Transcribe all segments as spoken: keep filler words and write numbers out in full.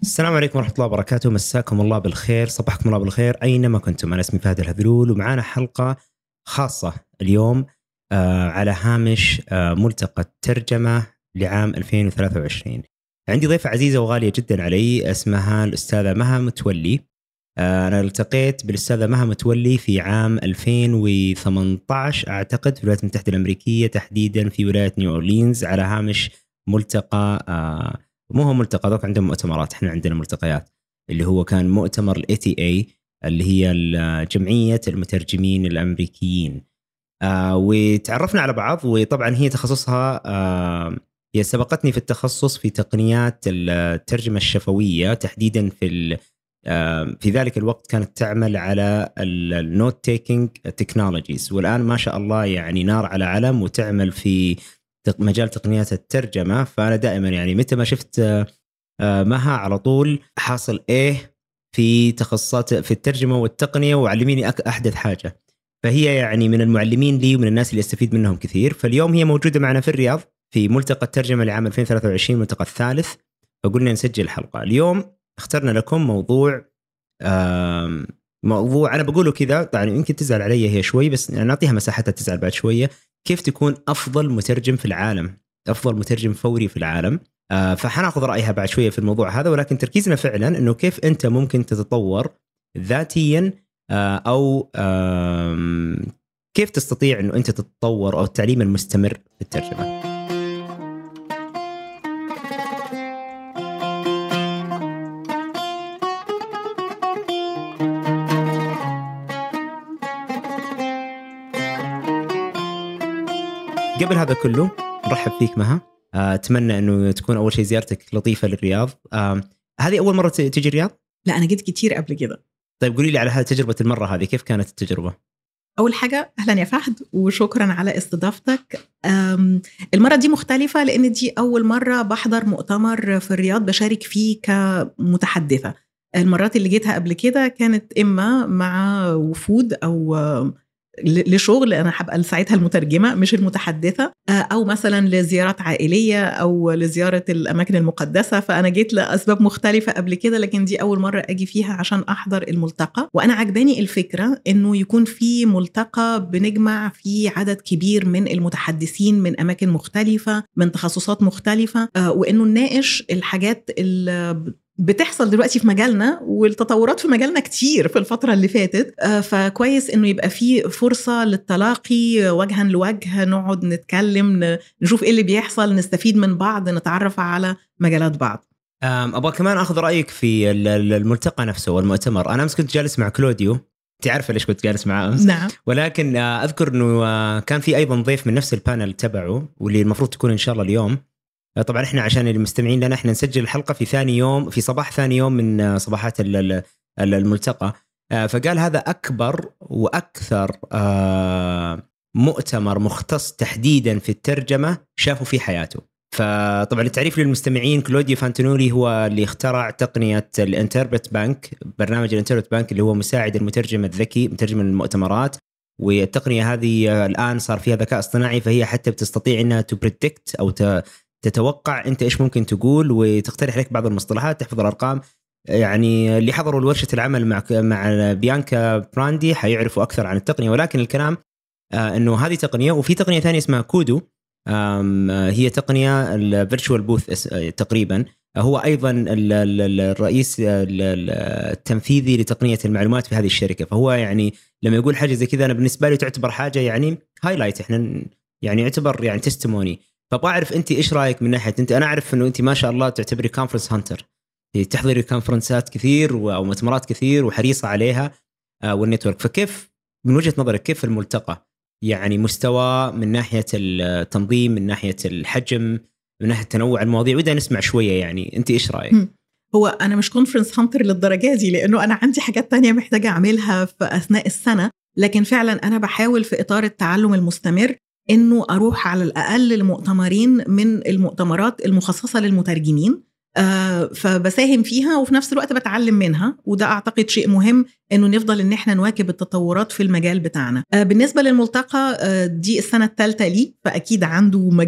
السلام عليكم ورحمة الله وبركاته. مساكم الله بالخير، صباحكم الله بالخير أينما كنتم. أنا اسمي فهد الهذلول ومعانا حلقة خاصة اليوم آه على هامش آه ملتقى الترجمة لعام ألفين وثلاثة وعشرين. عندي ضيفة عزيزة وغالية جدا علي اسمها الأستاذة مها متولي. آه أنا التقيت بالأستاذة مها متولي في عام ألفين وثمانية عشر أعتقد في الولايات المتحدة الأمريكية، تحديدا في ولاية نيو أورلينز، على هامش ملتقى آه مو هو ملتقى ذوك عندهم مؤتمرات، احنا عندنا ملتقيات، اللي هو كان مؤتمر ال إيه تي إيه اللي هي جمعية المترجمين الأمريكيين. آه وتعرفنا على بعض، وطبعا هي تخصصها آه هي سبقتني في التخصص في تقنيات الترجمة الشفوية، تحديدا في آه في ذلك الوقت كانت تعمل على النوت تيكينج تكنولوجيز، والآن ما شاء الله يعني نار على علم وتعمل في مجال تقنيات الترجمة. فأنا دائما يعني متى ما شفت مها على طول حاصل إيه في تخصصات في الترجمة والتقنية، وعلميني أحدث حاجة. فهي يعني من المعلمين لي ومن الناس اللي استفيد منهم كثير. فاليوم هي موجودة معنا في الرياض في ملتقى الترجمة لعام ألفين وثلاثة وعشرين، الملتقى الثالث، فقلنا نسجل الحلقة. اليوم اخترنا لكم موضوع موضوع أنا بقوله كذا، يعني يمكن تزعل علي هي شوي، بس يعني نعطيها مساحتها تزعل بعد شوية. كيف تكون أفضل مترجم في العالم، أفضل مترجم فوري في العالم. آه فحناخذ رأيها بعد شوية في الموضوع هذا، ولكن تركيزنا فعلا أنه كيف أنت ممكن تتطور ذاتيا، آه أو آه كيف تستطيع أنه أنت تتطور، أو التعليم المستمر في الترجمة. قبل هذا كله نرحب فيك مها. أتمنى أنه تكون أول شيء زيارتك لطيفة للرياض. هذه أول مرة تيجي الرياض؟ لا، أنا جيت كتير قبل كده. طيب قولي لي على هذه تجربة المرة هذه، كيف كانت التجربة؟ أول حاجة أهلا يا فهد وشكرا على استضافتك. المرة دي مختلفة لأن دي أول مرة بحضر مؤتمر في الرياض بشارك فيه كمتحدثة. المرات اللي جيتها قبل كده كانت إما مع وفود أو لشغل، أنا حبقى ساعتها المترجمة مش المتحدثة، أو مثلا لزيارات عائلية أو لزيارة الأماكن المقدسة. فأنا جيت لأسباب مختلفة قبل كده، لكن دي أول مرة أجي فيها عشان أحضر الملتقى. وأنا عجباني الفكرة إنه يكون في ملتقى بنجمع فيه عدد كبير من المتحدثين من أماكن مختلفة من تخصصات مختلفة، وإنه نناقش الحاجات اللي بتحصل دلوقتي في مجالنا، والتطورات في مجالنا كتير في الفترة اللي فاتت. فكويس إنه يبقى فيه فرصة للتلاقي وجها لوجه، نقعد نتكلم، نشوف إيه اللي بيحصل، نستفيد من بعض، نتعرف على مجالات بعض. أبغى كمان أخذ رأيك في الملتقى نفسه والمؤتمر. أنا أمس كنت جالس مع كلوديو، تعرف ليش كنت جالس معاه أمس؟ نعم. ولكن أذكر أنه كان في أيضا ضيف من نفس البانل تبعه، واللي المفروض تكون إن شاء الله اليوم. طبعا احنا عشان المستمعين لنا احنا نسجل الحلقة في ثاني يوم، في صباح ثاني يوم من صباحات الملتقى. فقال هذا أكبر وأكثر مؤتمر مختص تحديدا في الترجمة شافوا في حياته. فطبعا التعريف للمستمعين، كلوديو فانتونولي هو اللي اخترع تقنية الانتربرت بانك، برنامج الانتربرت بانك اللي هو مساعد المترجم الذكي، مترجم المؤتمرات. والتقنية هذه الآن صار فيها ذكاء اصطناعي، فهي حتى بتستطيع انها تبريدكت أو ت تتوقع أنت إيش ممكن تقول، وتقترح لك بعض المصطلحات، تحفظ الأرقام. يعني اللي حضروا الورشة العمل مع مع بيانكا براندي حيعرفوا أكثر عن التقنية. ولكن الكلام آه إنه هذه تقنية، وفي تقنية ثانية اسمها كودو، آه هي تقنية الفيرتشوال بوث تقريبا. هو أيضا الرئيس التنفيذي لتقنية المعلومات في هذه الشركة. فهو يعني لما يقول حاجة زي كذا، أنا بالنسبة لي تعتبر حاجة يعني هايلايت، إحنا يعني يعتبر يعني تستموني. فابغى اعرف انت ايش رايك من ناحيه، انت انا اعرف انه انت ما شاء الله تعتبري كونفرنس هانتر، تحضري كونفرنسات كثير او مؤتمرات كثير وحريصه عليها والنتورك. فكيف من وجهه نظرك كيف الملتقى يعني مستوى من ناحيه التنظيم، من ناحيه الحجم، من ناحيه تنوع المواضيع؟ وده نسمع شويه، يعني انت ايش رايك؟ هو انا مش كونفرنس هانتر للدرجه دي، لانه انا عندي حاجات تانية محتاجه اعملها في اثناء السنه. لكن فعلا انا بحاول في اطار التعلم المستمر إنه أروح على الأقل المؤتمرين من المؤتمرات المخصصة للمترجمين، آه فبساهم فيها وفي نفس الوقت بتعلم منها. وده أعتقد شيء مهم إنه نفضل إن إحنا نواكب التطورات في المجال بتاعنا. آه بالنسبة للملتقى، آه دي السنة الثالثة لي، فأكيد عنده مجال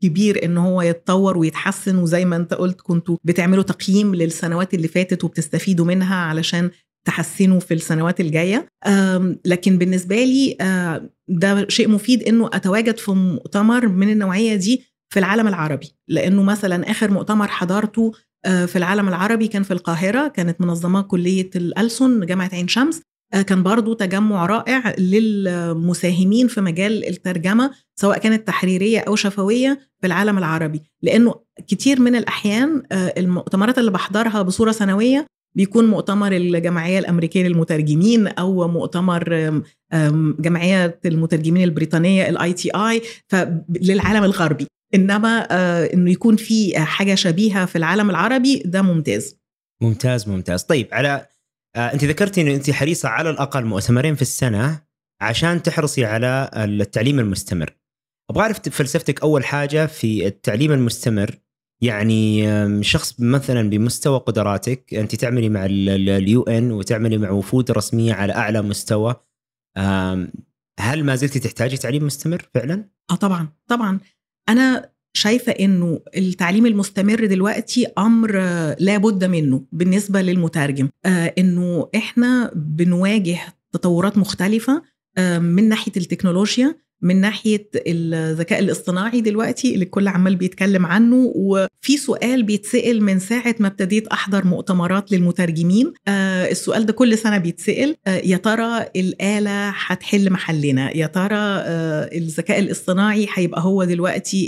كبير إن هو يتطور ويتحسن، وزي ما أنت قلت كنتوا بتعملوا تقييم للسنوات اللي فاتت وبتستفيدوا منها علشان تحسنوا في السنوات الجاية. لكن بالنسبة لي ده شيء مفيد إنه أتواجد في مؤتمر من النوعية دي في العالم العربي، لأنه مثلا آخر مؤتمر حضرته في العالم العربي كان في القاهرة، كانت منظمة كلية الألسن جامعة عين شمس. كان برضو تجمع رائع للمساهمين في مجال الترجمة سواء كانت تحريرية أو شفوية في العالم العربي، لأنه كتير من الأحيان المؤتمرات اللي بحضرها بصورة سنوية بيكون مؤتمر الجمعية الأمريكية للمترجمين أو مؤتمر جمعية المترجمين البريطانية الاي تي اي للعالم الغربي، إنما إنه يكون في حاجة شبيهة في العالم العربي ده ممتاز. ممتاز ممتاز. طيب على أنت ذكرتي إنه أنت حريصة على الأقل مؤتمرين في السنة عشان تحرصي على التعليم المستمر. أبغى أعرف فلسفتك أول حاجة في التعليم المستمر. يعني شخص مثلا بمستوى قدراتك، أنت تعملي مع اليو إن وتعملي مع وفود رسمية على أعلى مستوى، هل ما زلتي تحتاجي تعليم مستمر فعلا؟ آه طبعا طبعا. أنا شايفة إنه التعليم المستمر دلوقتي أمر لا بد منه بالنسبة للمترجم، آه إنه إحنا بنواجه تطورات مختلفة آه من ناحية التكنولوجيا، من ناحية الذكاء الاصطناعي دلوقتي اللي الكل عمال بيتكلم عنه. وفي سؤال بيتسأل من ساعة ما ابتديت أحضر مؤتمرات للمترجمين، آه السؤال ده كل سنة بيتسأل، آه يا ترى الآلة هتحل محلنا؟ يا ترى آه الذكاء الاصطناعي هيبقى هو دلوقتي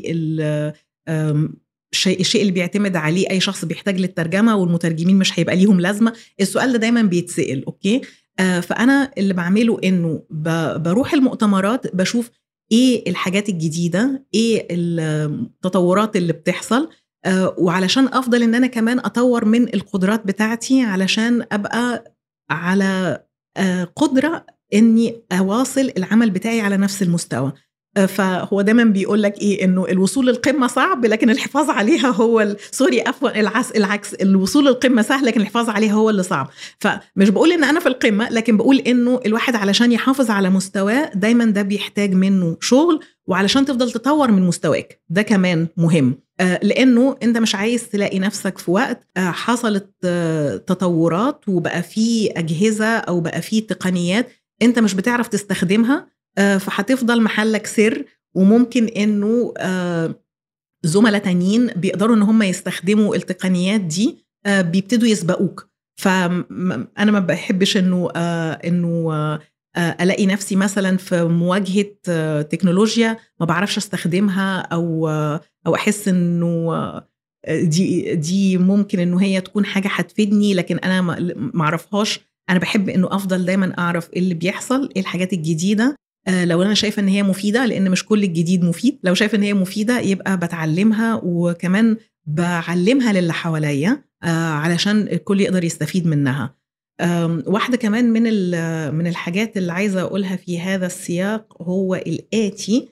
الشيء الشيء اللي بيعتمد عليه أي شخص بيحتاج للترجمة والمترجمين مش هيبقى ليهم لازمة؟ السؤال ده دايما بيتسأل. أوكي، آه فأنا اللي بعمله إنه بروح المؤتمرات بشوف ايه الحاجات الجديدة، ايه التطورات اللي بتحصل، آه وعلشان افضل ان انا كمان اطور من القدرات بتاعتي علشان ابقى على آه قدرة اني اواصل العمل بتاعي على نفس المستوى. آه فهو دايما بيقول لك ايه، انه الوصول للقمة صعب لكن الحفاظ عليها هو ال... سوري عفوا العكس العكس الوصول للقمة سهل لكن الحفاظ عليها هو اللي صعب. فمش بقول ان انا في القمة، لكن بقول انه الواحد علشان يحافظ على مستواه دايما ده بيحتاج منه شغل، وعلشان تفضل تطور من مستواك ده كمان مهم، آه لانه انت مش عايز تلاقي نفسك في وقت آه حصلت آه تطورات وبقى فيه اجهزة او بقى فيه تقنيات انت مش بتعرف تستخدمها، آه فهتفضل محلك سر، وممكن انه آه زملاء تانيين بيقدروا ان هم يستخدموا التقنيات دي آه بيبتدوا يسبقوك. فأنا ما بحبش إنه آه إنه آه ألاقي نفسي مثلا في مواجهة آه تكنولوجيا ما بعرفش استخدمها، أو آه أو أحس إنه آه دي دي ممكن إنه هي تكون حاجة هتفيدني لكن أنا ما أعرفهاش. أنا بحب إنه أفضل دايما أعرف إيه اللي بيحصل، إيه الحاجات الجديدة، آه لو أنا شايفة إن هي مفيدة، لأن مش كل الجديد مفيد. لو شايفة إن هي مفيدة يبقى بتعلمها، وكمان بعلمها للي حواليا آه علشان الكل يقدر يستفيد منها. واحدة كمان من من الحاجات اللي عايزة أقولها في هذا السياق هو الآتي،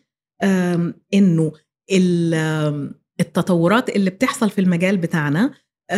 إنه التطورات اللي بتحصل في المجال بتاعنا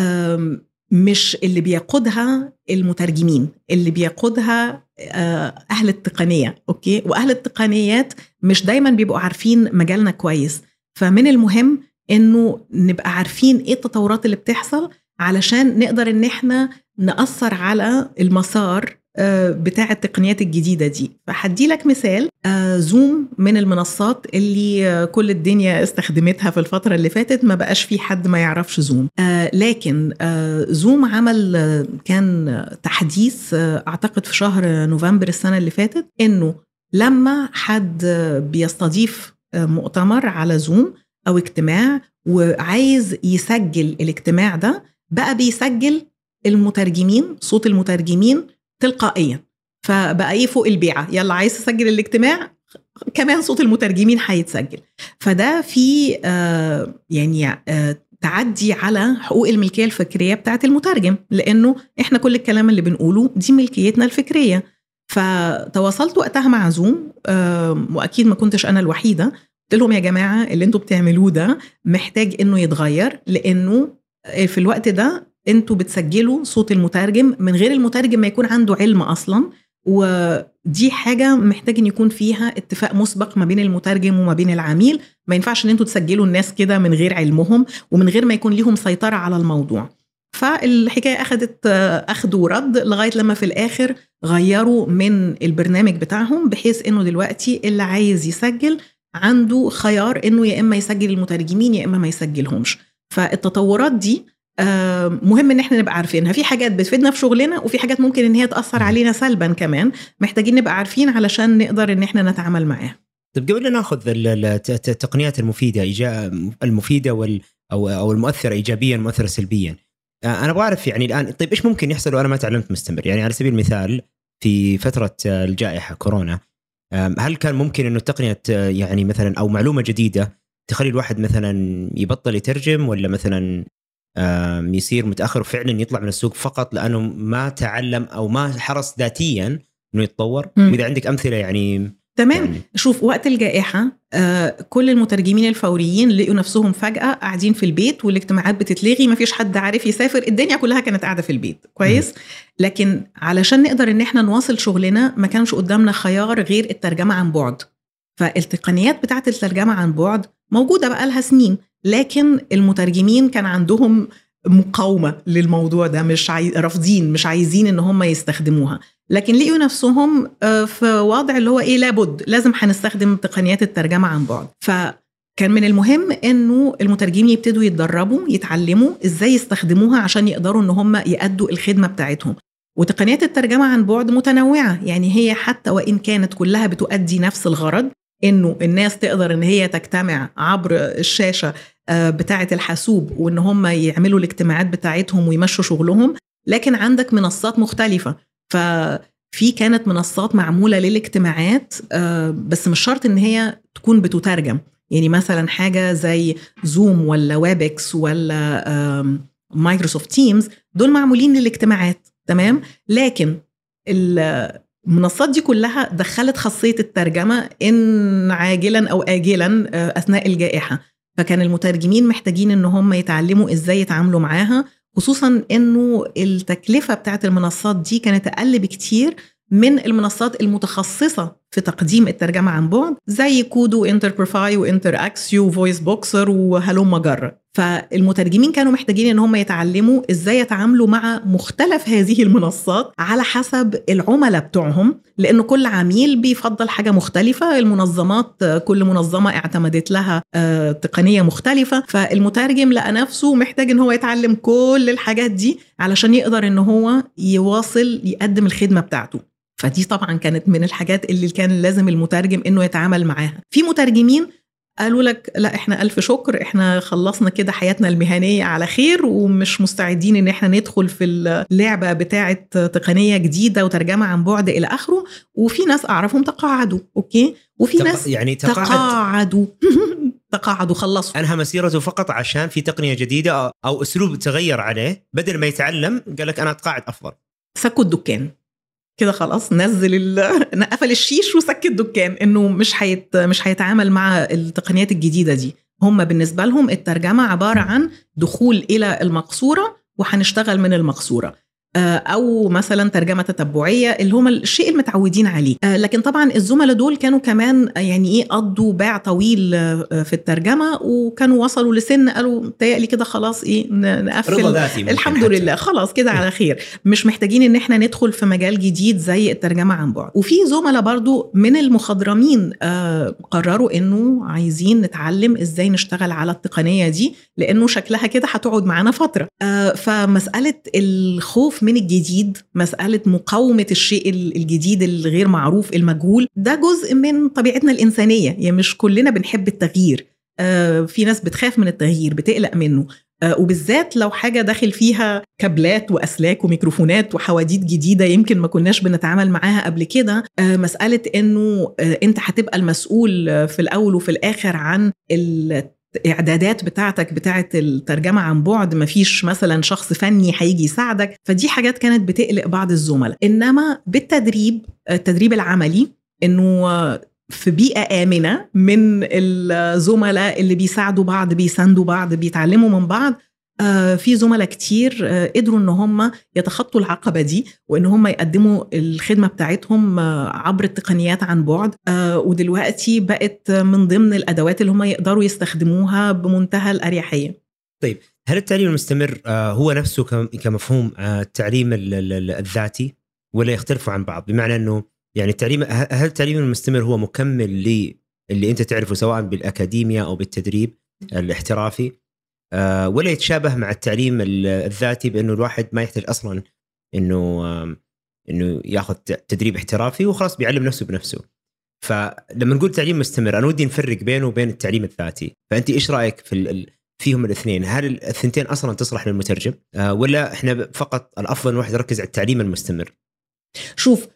مش اللي بيقودها المترجمين، اللي بيقودها أهل التقنية. أوكي، وأهل التقنيات مش دايما بيبقوا عارفين مجالنا كويس، فمن المهم إنه نبقى عارفين إيه التطورات اللي بتحصل علشان نقدر إن إحنا نأثر على المسار بتاع التقنيات الجديدة دي. فحدي لك مثال، زوم من المنصات اللي كل الدنيا استخدمتها في الفترة اللي فاتت، ما بقاش في حد ما يعرفش زوم، لكن زوم عمل كان تحديث أعتقد في شهر نوفمبر السنة اللي فاتت، إنه لما حد بيستضيف مؤتمر على زوم أو اجتماع وعايز يسجل الاجتماع ده، بقى بيسجل المترجمين، صوت المترجمين تلقائيا. فبقى ايه فوق البيعة، يلا عايز تسجل الاجتماع كمان صوت المترجمين هيتسجل. فده في آه يعني آه تعدي على حقوق الملكية الفكرية بتاعت المترجم، لأنه إحنا كل الكلام اللي بنقوله دي ملكيتنا الفكرية. فتواصلت وقتها مع زوم، آه وأكيد ما كنتش أنا الوحيدة، قلت لهم يا جماعة اللي انتوا بتعملوه ده محتاج إنه يتغير، لأنه في الوقت ده انتوا بتسجلوا صوت المترجم من غير المترجم ما يكون عنده علم أصلا ودي حاجة محتاج ان يكون فيها اتفاق مسبق ما بين المترجم وما بين العميل. ما ينفعش ان انتوا تسجلوا الناس كده من غير علمهم ومن غير ما يكون ليهم سيطرة على الموضوع. فالحكاية أخذت أخذ ورد لغاية لما في الآخر غيروا من البرنامج بتاعهم، بحيث إنه دلوقتي اللي عايز يسجل عنده خيار إنه يا إما يسجل المترجمين يا إما ما يسجلهمش. فالتطورات دي مهم إن احنا نبقى عارفينها. في حاجات بتفيدنا في شغلنا وفي حاجات ممكن إن هي تأثر علينا سلبا كمان، محتاجين نبقى عارفين علشان نقدر إن احنا نتعامل معاها. طيب قبل ناخذ التقنيات المفيدة المفيدة وال أو أو المؤثرة إيجابيا المؤثرة سلبيا، أنا أبغى أعرف يعني الآن طيب إيش ممكن يحصل لو أنا ما تعلمت مستمر؟ يعني على سبيل المثال في فترة الجائحة كورونا، هل كان ممكن إنه التقنية يعني مثلا أو معلومة جديدة تخلي الواحد مثلا يبطل يترجم، ولا مثلا يصير متأخر وفعلا يطلع من السوق فقط لأنه ما تعلم أو ما حرص ذاتيا إنه يتطور؟ وإذا عندك أمثلة يعني. تمام. يعني. شوف وقت الجائحة آه كل المترجمين الفوريين لقوا نفسهم فجأة قاعدين في البيت والاجتماعات بتتلغي، ما فيش حد عارف يسافر، الدنيا كلها كانت قاعدة في البيت. كويس. م. لكن علشان نقدر ان احنا نواصل شغلنا ما كانش قدامنا خيار غير الترجمة عن بعد. فالتقنيات بتاعت الترجمة عن بعد موجودة بقى لها سنين، لكن المترجمين كان عندهم مقاومة للموضوع ده، مش عاي... رافضين، مش عايزين ان هم يستخدموها. لكن لقوا نفسهم في وضع اللي هو ايه، لابد لازم هنستخدم تقنيات الترجمة عن بعد. فكان من المهم انه المترجمين يبتدوا يتدربوا يتعلموا ازاي يستخدموها عشان يقدروا ان هم يأدوا الخدمة بتاعتهم. وتقنيات الترجمة عن بعد متنوعة، يعني هي حتى وإن كانت كلها بتؤدي نفس الغرض، انه الناس تقدر ان هي تجتمع عبر الشاشة بتاعة الحاسوب وان هم يعملوا الاجتماعات بتاعتهم ويمشوا شغلهم، لكن عندك منصات مختلفة. ففي كانت منصات معمولة للاجتماعات بس مش شرط ان هي تكون بتترجم، يعني مثلا حاجة زي زوم ولا ويبكس ولا مايكروسوفت تيمز، دول معمولين للاجتماعات. تمام. لكن المنصات دي كلها دخلت خاصية الترجمة إن عاجلا أو آجلا أثناء الجائحة، فكان المترجمين محتاجين إن هم يتعلموا إزاي يتعاملوا معاها، خصوصا إنه التكلفة بتاعت المنصات دي كانت أقل بكتير من المنصات المتخصصة في تقديم الترجمة عن بعد زي كودو انتربرفاي وانتر اكسيو وفويس بوكسر وهلوم مجرة. فالمترجمين كانوا محتاجين ان هم يتعلموا ازاي يتعاملوا مع مختلف هذه المنصات على حسب العملاء بتوعهم، لانه كل عميل بيفضل حاجة مختلفة. المنظمات كل منظمة اعتمدت لها تقنية مختلفة، فالمترجم لقى نفسه محتاج ان هو يتعلم كل الحاجات دي علشان يقدر ان هو يواصل يقدم الخدمة بتاعته. فدي طبعا كانت من الحاجات اللي كان لازم المترجم انه يتعامل معاها. في مترجمين قالوا لك لا احنا ألف شكر، احنا خلصنا كده حياتنا المهنية على خير ومش مستعدين ان احنا ندخل في اللعبة بتاعة تقنية جديدة وترجمة عن بعد الى اخره. وفي ناس اعرفهم تقاعدوا. اوكي. وفي تق... ناس يعني تقاعد... تقاعدوا تقاعدوا خلصوا، انهى مسيرته فقط عشان في تقنية جديدة او اسلوب تغير عليه، بدل ما يتعلم قال لك انا اتقاعد افضل. سكوا الدكان كده خلاص، نزل قفل الشيش وسكت الدكان، انه مش حيت مش هيتعامل مع التقنيات الجديده دي. هم بالنسبه لهم الترجمه عباره عن دخول الى المقصوره وهنشتغل من المقصوره، او مثلا ترجمه تتبعيه اللي هم الشيء المتعودين عليه. لكن طبعا الزملاء دول كانوا كمان يعني ايه قضوا باع طويل في الترجمه، وكانوا وصلوا لسن قالوا تهيألي كده خلاص ايه نقفل الحمد لله خلاص كده على خير، مش محتاجين ان احنا ندخل في مجال جديد زي الترجمه عن بعد. وفي زملاء برضو من المخضرمين قرروا انه عايزين نتعلم ازاي نشتغل على التقنيه دي، لانه شكلها كده هتقعد معانا فتره. فمساله الخوف من الجديد، مسألة مقاومة الشيء الجديد الغير معروف المجهول، ده جزء من طبيعتنا الإنسانية. يعني مش كلنا بنحب التغيير، آه في ناس بتخاف من التغيير بتقلق منه، آه وبالذات لو حاجة داخل فيها كابلات وأسلاك وميكروفونات وحواديت جديدة يمكن ما كناش بنتعامل معاها قبل كده. آه مسألة إنه آه أنت هتبقى المسؤول في الأول وفي الآخر عن الإعدادات بتاعتك بتاعة الترجمة عن بعد، مفيش مثلا شخص فني هيجي يساعدك، فدي حاجات كانت بتقلق بعض الزملاء. إنما بالتدريب التدريب العملي، إنه في بيئة آمنة من الزملاء اللي بيساعدوا بعض بيساندوا بعض بيتعلموا من بعض، في زملاء كتير قدروا ان هم يتخطوا العقبة دي وان هم يقدموا الخدمة بتاعتهم عبر التقنيات عن بعد، ودلوقتي بقت من ضمن الادوات اللي هم يقدروا يستخدموها بمنتهى الأريحية. طيب هل التعليم المستمر هو نفسه كمفهوم التعليم الذاتي ولا يختلفوا عن بعض؟ بمعنى انه يعني التعليم، هل التعليم المستمر هو مكمل للي انت تعرفه سواء بالاكاديميا او بالتدريب الاحترافي، أه ولا يتشابه مع التعليم الذاتي بانه الواحد ما يحتاج اصلا انه انه ياخذ تدريب احترافي وخلاص بيعلم نفسه بنفسه؟ فلما نقول تعليم مستمر انا ودي نفرق بينه وبين التعليم الذاتي، فانت ايش رايك في ال فيهم الاثنين؟ هل الثنتين اصلا تصلح للمترجم أه ولا احنا فقط الافضل الواحد يركز على التعليم المستمر؟ شوف،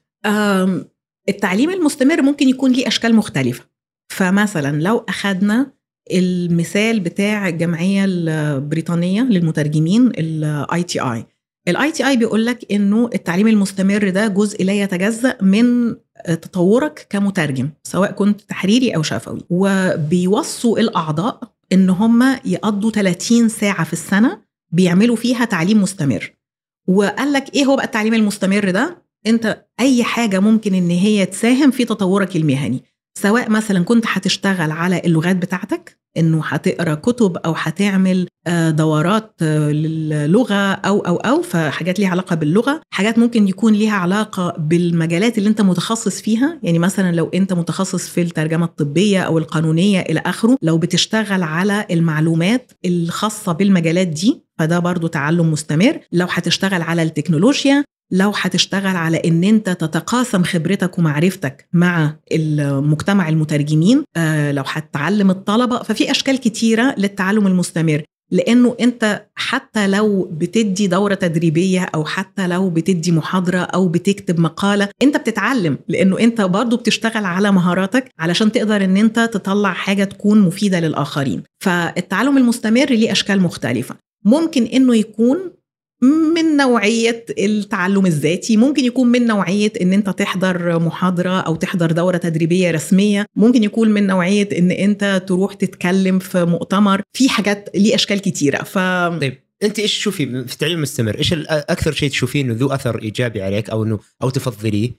التعليم المستمر ممكن يكون ليه اشكال مختلفه. فمثلا لو اخذنا المثال بتاع الجمعيه البريطانيه للمترجمين الاي تي اي، الاي تي اي بيقول لك انه التعليم المستمر ده جزء لا يتجزأ من تطورك كمترجم سواء كنت تحريري او شفوي، وبيوصوا الاعضاء ان هم يقضوا ثلاثين ساعه في السنه بيعملوا فيها تعليم مستمر. وقال لك ايه هو بقى التعليم المستمر ده؟ انت اي حاجه ممكن ان هي تساهم في تطورك المهني، سواء مثلا كنت هتشتغل على اللغات بتاعتك، انه هتقرا كتب او هتعمل دورات للغه او او او فحاجات ليها علاقه باللغه، حاجات ممكن يكون ليها علاقه بالمجالات اللي انت متخصص فيها. يعني مثلا لو انت متخصص في الترجمه الطبيه او القانونيه الى اخره، لو بتشتغل على المعلومات الخاصه بالمجالات دي فده برضو تعلم مستمر. لو هتشتغل على التكنولوجيا، لو هتشتغل على ان انت تتقاسم خبرتك ومعرفتك مع المجتمع المترجمين، آه لو هتعلم الطلبة، ففي اشكال كتيرة للتعلم المستمر. لانه انت حتى لو بتدي دورة تدريبية او حتى لو بتدي محاضرة او بتكتب مقالة، انت بتتعلم، لانه انت برضو بتشتغل على مهاراتك علشان تقدر ان انت تطلع حاجة تكون مفيدة للآخرين. فالتعلم المستمر ليه اشكال مختلفة. ممكن انه يكون من نوعية التعلم الذاتي، ممكن يكون من نوعية ان انت تحضر محاضرة او تحضر دورة تدريبية رسمية، ممكن يكون من نوعية ان انت تروح تتكلم في مؤتمر، في حاجات ليه اشكال كتيرة. ف... طيب انت ايش تشوفي في التعليم المستمر؟ ايش اكثر شيء تشوفيه انه ذو اثر ايجابي عليك او انه او تفضليه،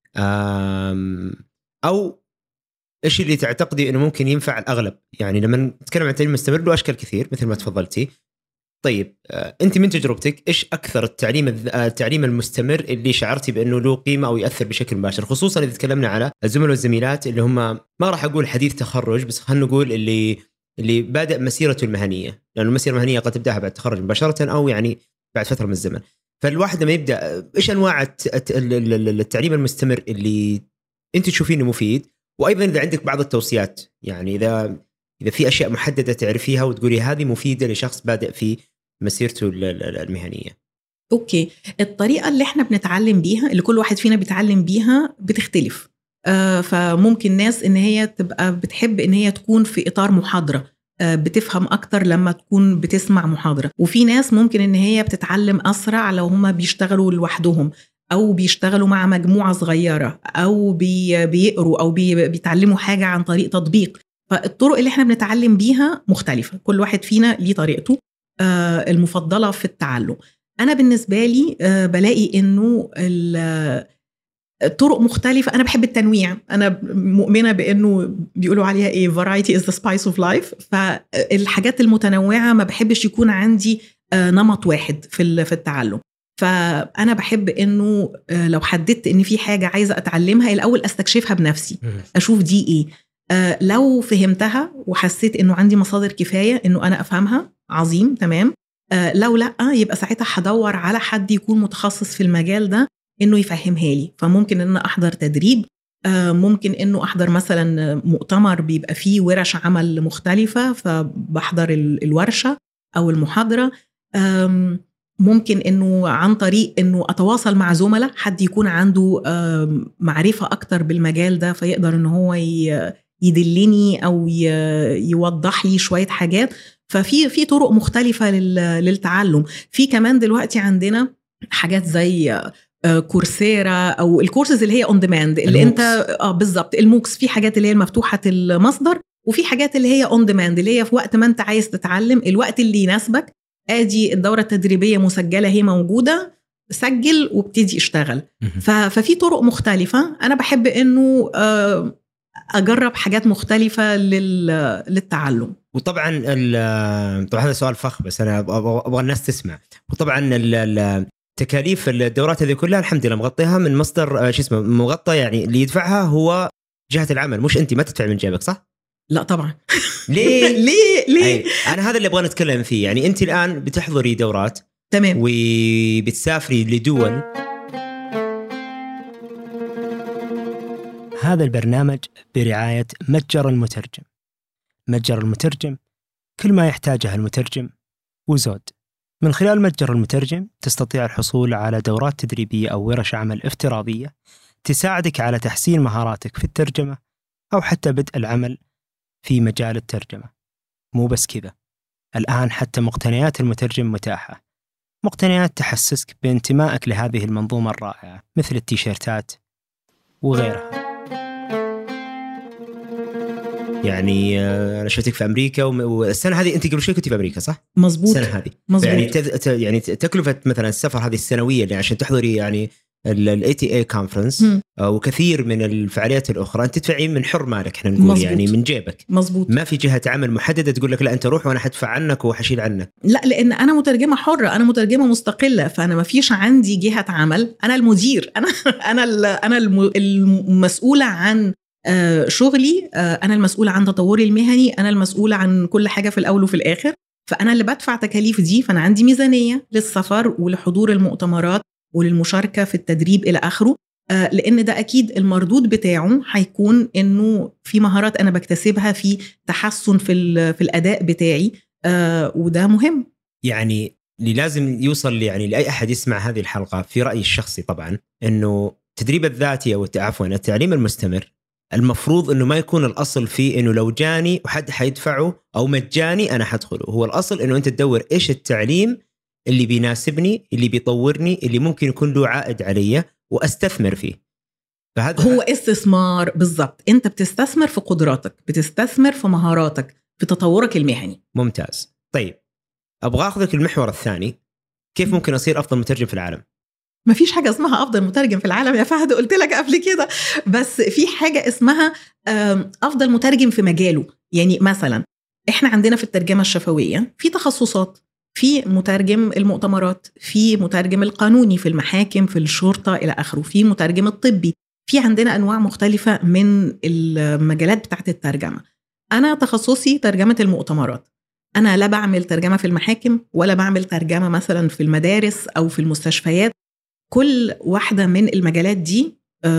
او ايش اللي تعتقدي انه ممكن ينفع الاغلب؟ يعني لما نتكلم عن التعليم المستمر له اشكال كثير مثل ما تفضلتي. طيب انت من تجربتك ايش اكثر التعليم التعليم المستمر اللي شعرتي بانه له قيمه او ياثر بشكل مباشر، خصوصا اذا تكلمنا على الزملاء والزميلات اللي هم ما راح اقول حديث تخرج، بس خلينا نقول اللي اللي بادئ مسيرته المهنيه، لانه المسيره المهنيه قد تبداها بعد التخرج مباشره او يعني بعد فتره من الزمن. فالواحد لما يبدا، ايش انواع التعليم المستمر اللي انت تشوفين انه مفيد؟ وايضا اذا عندك بعض التوصيات، يعني اذا اذا في اشياء محدده تعرفيها وتقولي هذه مفيده لشخص بادئ في مسيرته المهنيه. اوكي، الطريقه اللي احنا بنتعلم بيها، اللي كل واحد فينا بيتعلم بيها، بتختلف. آه فممكن ناس ان هي تبقى بتحب ان هي تكون في اطار محاضره، آه بتفهم اكتر لما تكون بتسمع محاضره، وفي ناس ممكن ان هي بتتعلم اسرع لو هم بيشتغلوا لوحدهم او بيشتغلوا مع مجموعه صغيره او بي بيقروا او بي بيتعلموا حاجه عن طريق تطبيق. فالطرق اللي احنا بنتعلم بيها مختلفه، كل واحد فينا ليه طريقته المفضلة في التعلم. أنا بالنسبة لي بلاقي إنه الطرق مختلفة. أنا بحب التنويع، أنا مؤمنة بإنه بيقولوا عليها إيه variety is the spice of life. فالحاجات المتنوعة ما بحبش يكون عندي نمط واحد في في التعلم. فأنا بحب إنه لو حددت إن في حاجة عايزة أتعلمها، الأول أستكشفها بنفسي، أشوف دي إيه. لو فهمتها وحسيت إنه عندي مصادر كفاية إنه أنا أفهمها، عظيم، تمام. آه لو لا، يبقى ساعتها هدور على حد يكون متخصص في المجال ده انه يفهمها لي. فممكن ان احضر تدريب، آه ممكن انه احضر مثلا مؤتمر بيبقى فيه ورش عمل مختلفة، فبحضر الورشة او المحاضرة. ممكن انه عن طريق انه اتواصل مع زملاء، حد يكون عنده معرفة اكتر بالمجال ده فيقدر ان هو يدلني او يوضح لي شوية حاجات. ففي في طرق مختلفة للتعلم. في كمان دلوقتي عندنا حاجات زي كورسيرا او الكورسز اللي هي اون ديماند، اللي الموكس. انت اه بالظبط الموكس. في حاجات اللي هي المفتوحة المصدر، وفي حاجات اللي هي اون ديماند اللي هي في وقت ما انت عايز تتعلم، الوقت اللي يناسبك، ادي الدورة التدريبية مسجلة هي موجودة، سجل وابتدي اشتغل. ففي طرق مختلفة. انا بحب انه اجرب حاجات مختلفة للتعلم. وطبعا طبعا هذا سؤال فخ بس انا ابغى الناس تسمع. وطبعا تكاليف الدورات هذه كلها الحمد لله مغطيها من مصدر شو اسمه مغطى، يعني اللي يدفعها هو جهة العمل، مش انت ما تدفع من جيبك صح؟ لا طبعا. ليه ليه ليه انا هذا اللي ابغى نتكلم فيه. يعني انت الان بتحضري دورات تمام وبتسافري لدول. هذا البرنامج برعاية متجر المترجم. متجر المترجم كل ما يحتاجه المترجم وزود. من خلال متجر المترجم تستطيع الحصول على دورات تدريبية أو ورش عمل افتراضية تساعدك على تحسين مهاراتك في الترجمة أو حتى بدء العمل في مجال الترجمة. مو بس كذا، الآن حتى مقتنيات المترجم متاحة، مقتنيات تحسسك بانتمائك لهذه المنظومة الرائعة مثل التيشيرتات وغيرها. يعني أنا شفتك في أمريكا والسنة هذه أنت قبل شوي كنت في أمريكا صح؟ مزبوط. السنة هذه مزبوط. يعني تد... يعني تكلفة مثلا السفر هذه السنوية اللي عشان تحضري يعني ال إيه تي إيه conference وكثير من الفعاليات الأخرى أنت تدفعي من حر مالك، إحنا نقول مزبوط. يعني من جيبك. مزبوط. ما في جهة عمل محددة تقول لك لا أنت روح وأنا حدفع عنك وحشيل عنك. لا، لأن أنا مترجمة حرة، أنا مترجمة مستقلة، فأنا ما فيش عندي جهة عمل. أنا المدير، أنا أنا أنا المسؤولة عن شغلي، أنا المسؤولة عن تطوري المهني، أنا المسؤولة عن كل حاجة في الأول وفي الآخر. فأنا اللي بدفع تكاليف دي، فأنا عندي ميزانية للسفر ولحضور المؤتمرات وللمشاركة في التدريب إلى آخره، لأن ده أكيد المردود بتاعه هيكون إنه في مهارات أنا بكتسبها، في تحسن في في الأداء بتاعي، وده مهم. يعني اللي لازم يوصل يعني لأي أحد يسمع هذه الحلقة في رأيي الشخصي طبعا إنه التدريب الذاتي أو عفوا التعليم المستمر المفروض إنه ما يكون الأصل فيه إنه لو جاني وحد حيدفعه أو مجاني أنا حدخله. هو الأصل إنه أنت تدور إيش التعليم اللي بيناسبني، اللي بيطورني، اللي ممكن يكون له عائد علي وأستثمر فيه. فهذا هو استثمار بالضبط. أنت بتستثمر في قدراتك، بتستثمر في مهاراتك، في تطورك المهني. ممتاز. طيب أبغى أخذك المحور الثاني، كيف ممكن أصير أفضل مترجم في العالم؟ ما فيش حاجة اسمها أفضل مترجم في العالم يا فهد، قلت لك قبل كده. بس في حاجة اسمها أفضل مترجم في مجاله. يعني مثلا إحنا عندنا في الترجمة الشفوية في تخصصات، في مترجم المؤتمرات، في مترجم القانوني في المحاكم في الشرطة إلى آخره، في مترجم الطبي، في عندنا أنواع مختلفة من المجالات بتاعت الترجمة. أنا تخصصي ترجمة المؤتمرات. أنا لا بعمل ترجمة في المحاكم ولا بعمل ترجمة مثلا في المدارس أو في المستشفيات. كل واحدة من المجالات دي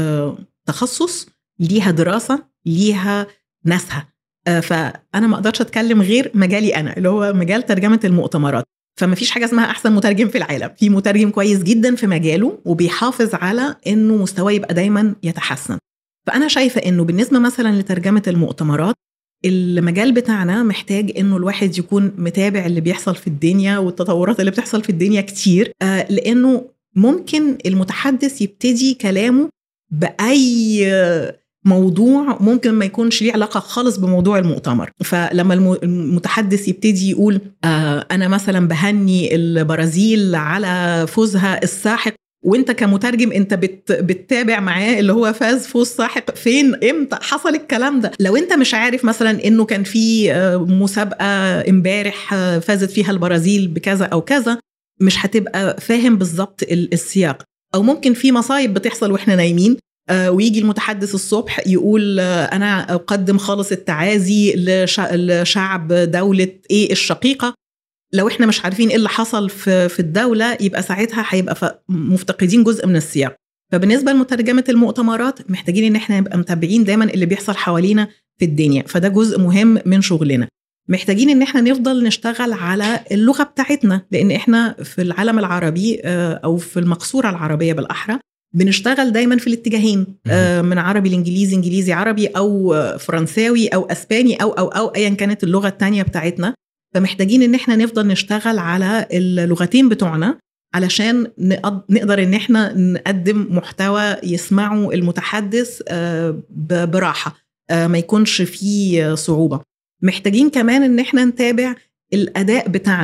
تخصص ليها دراسة ليها ناسها. فأنا ما أقدرش أتكلم غير مجالي أنا اللي هو مجال ترجمة المؤتمرات. فما فيش حاجة اسمها أحسن مترجم في العالم. في مترجم كويس جدا في مجاله وبيحافظ على أنه مستواه يبقى دايما يتحسن. فأنا شايفة أنه بالنسبة مثلا لترجمة المؤتمرات المجال بتاعنا محتاج أنه الواحد يكون متابع اللي بيحصل في الدنيا والتطورات اللي بتحصل في الدنيا كتير، لأنه ممكن المتحدث يبتدي كلامه بأي موضوع ممكن ما يكونش ليه علاقة خالص بموضوع المؤتمر. فلما المتحدث يبتدي يقول آه أنا مثلا بهني البرازيل على فوزها الساحق، وانت كمترجم انت بت بتتابع معاه اللي هو فاز فوز ساحق فين امتى حصل الكلام ده. لو انت مش عارف مثلا انه كان في مسابقة امبارح فازت فيها البرازيل بكذا او كذا، مش هتبقى فاهم بالضبط السياق. او ممكن في مصايب بتحصل واحنا نايمين ويجي المتحدث الصبح يقول أنا أقدم خالص التعازي لشعب دولة إيه الشقيقة. لو إحنا مش عارفين إيه اللي حصل في الدولة يبقى ساعتها هيبقى مفتقدين جزء من السياق. فبالنسبة لمترجمة المؤتمرات محتاجين إن إحنا نبقى متابعين دايما اللي بيحصل حوالينا في الدنيا، فده جزء مهم من شغلنا. محتاجين إن إحنا نفضل نشتغل على اللغة بتاعتنا، لأن إحنا في العالم العربي أو في المقصورة العربية بالأحرى بنشتغل دايما في الاتجاهين، من عربي لإنجليزي، إنجليزي عربي، أو فرنساوي أو أسباني أو أو أو أيا كانت اللغة التانية بتاعتنا. فمحتاجين إن إحنا نفضل نشتغل على اللغتين بتوعنا علشان نقدر إن إحنا نقدم محتوى يسمعه المتحدث براحة، ما يكونش فيه صعوبة. محتاجين كمان إن إحنا نتابع الأداء بتاعنا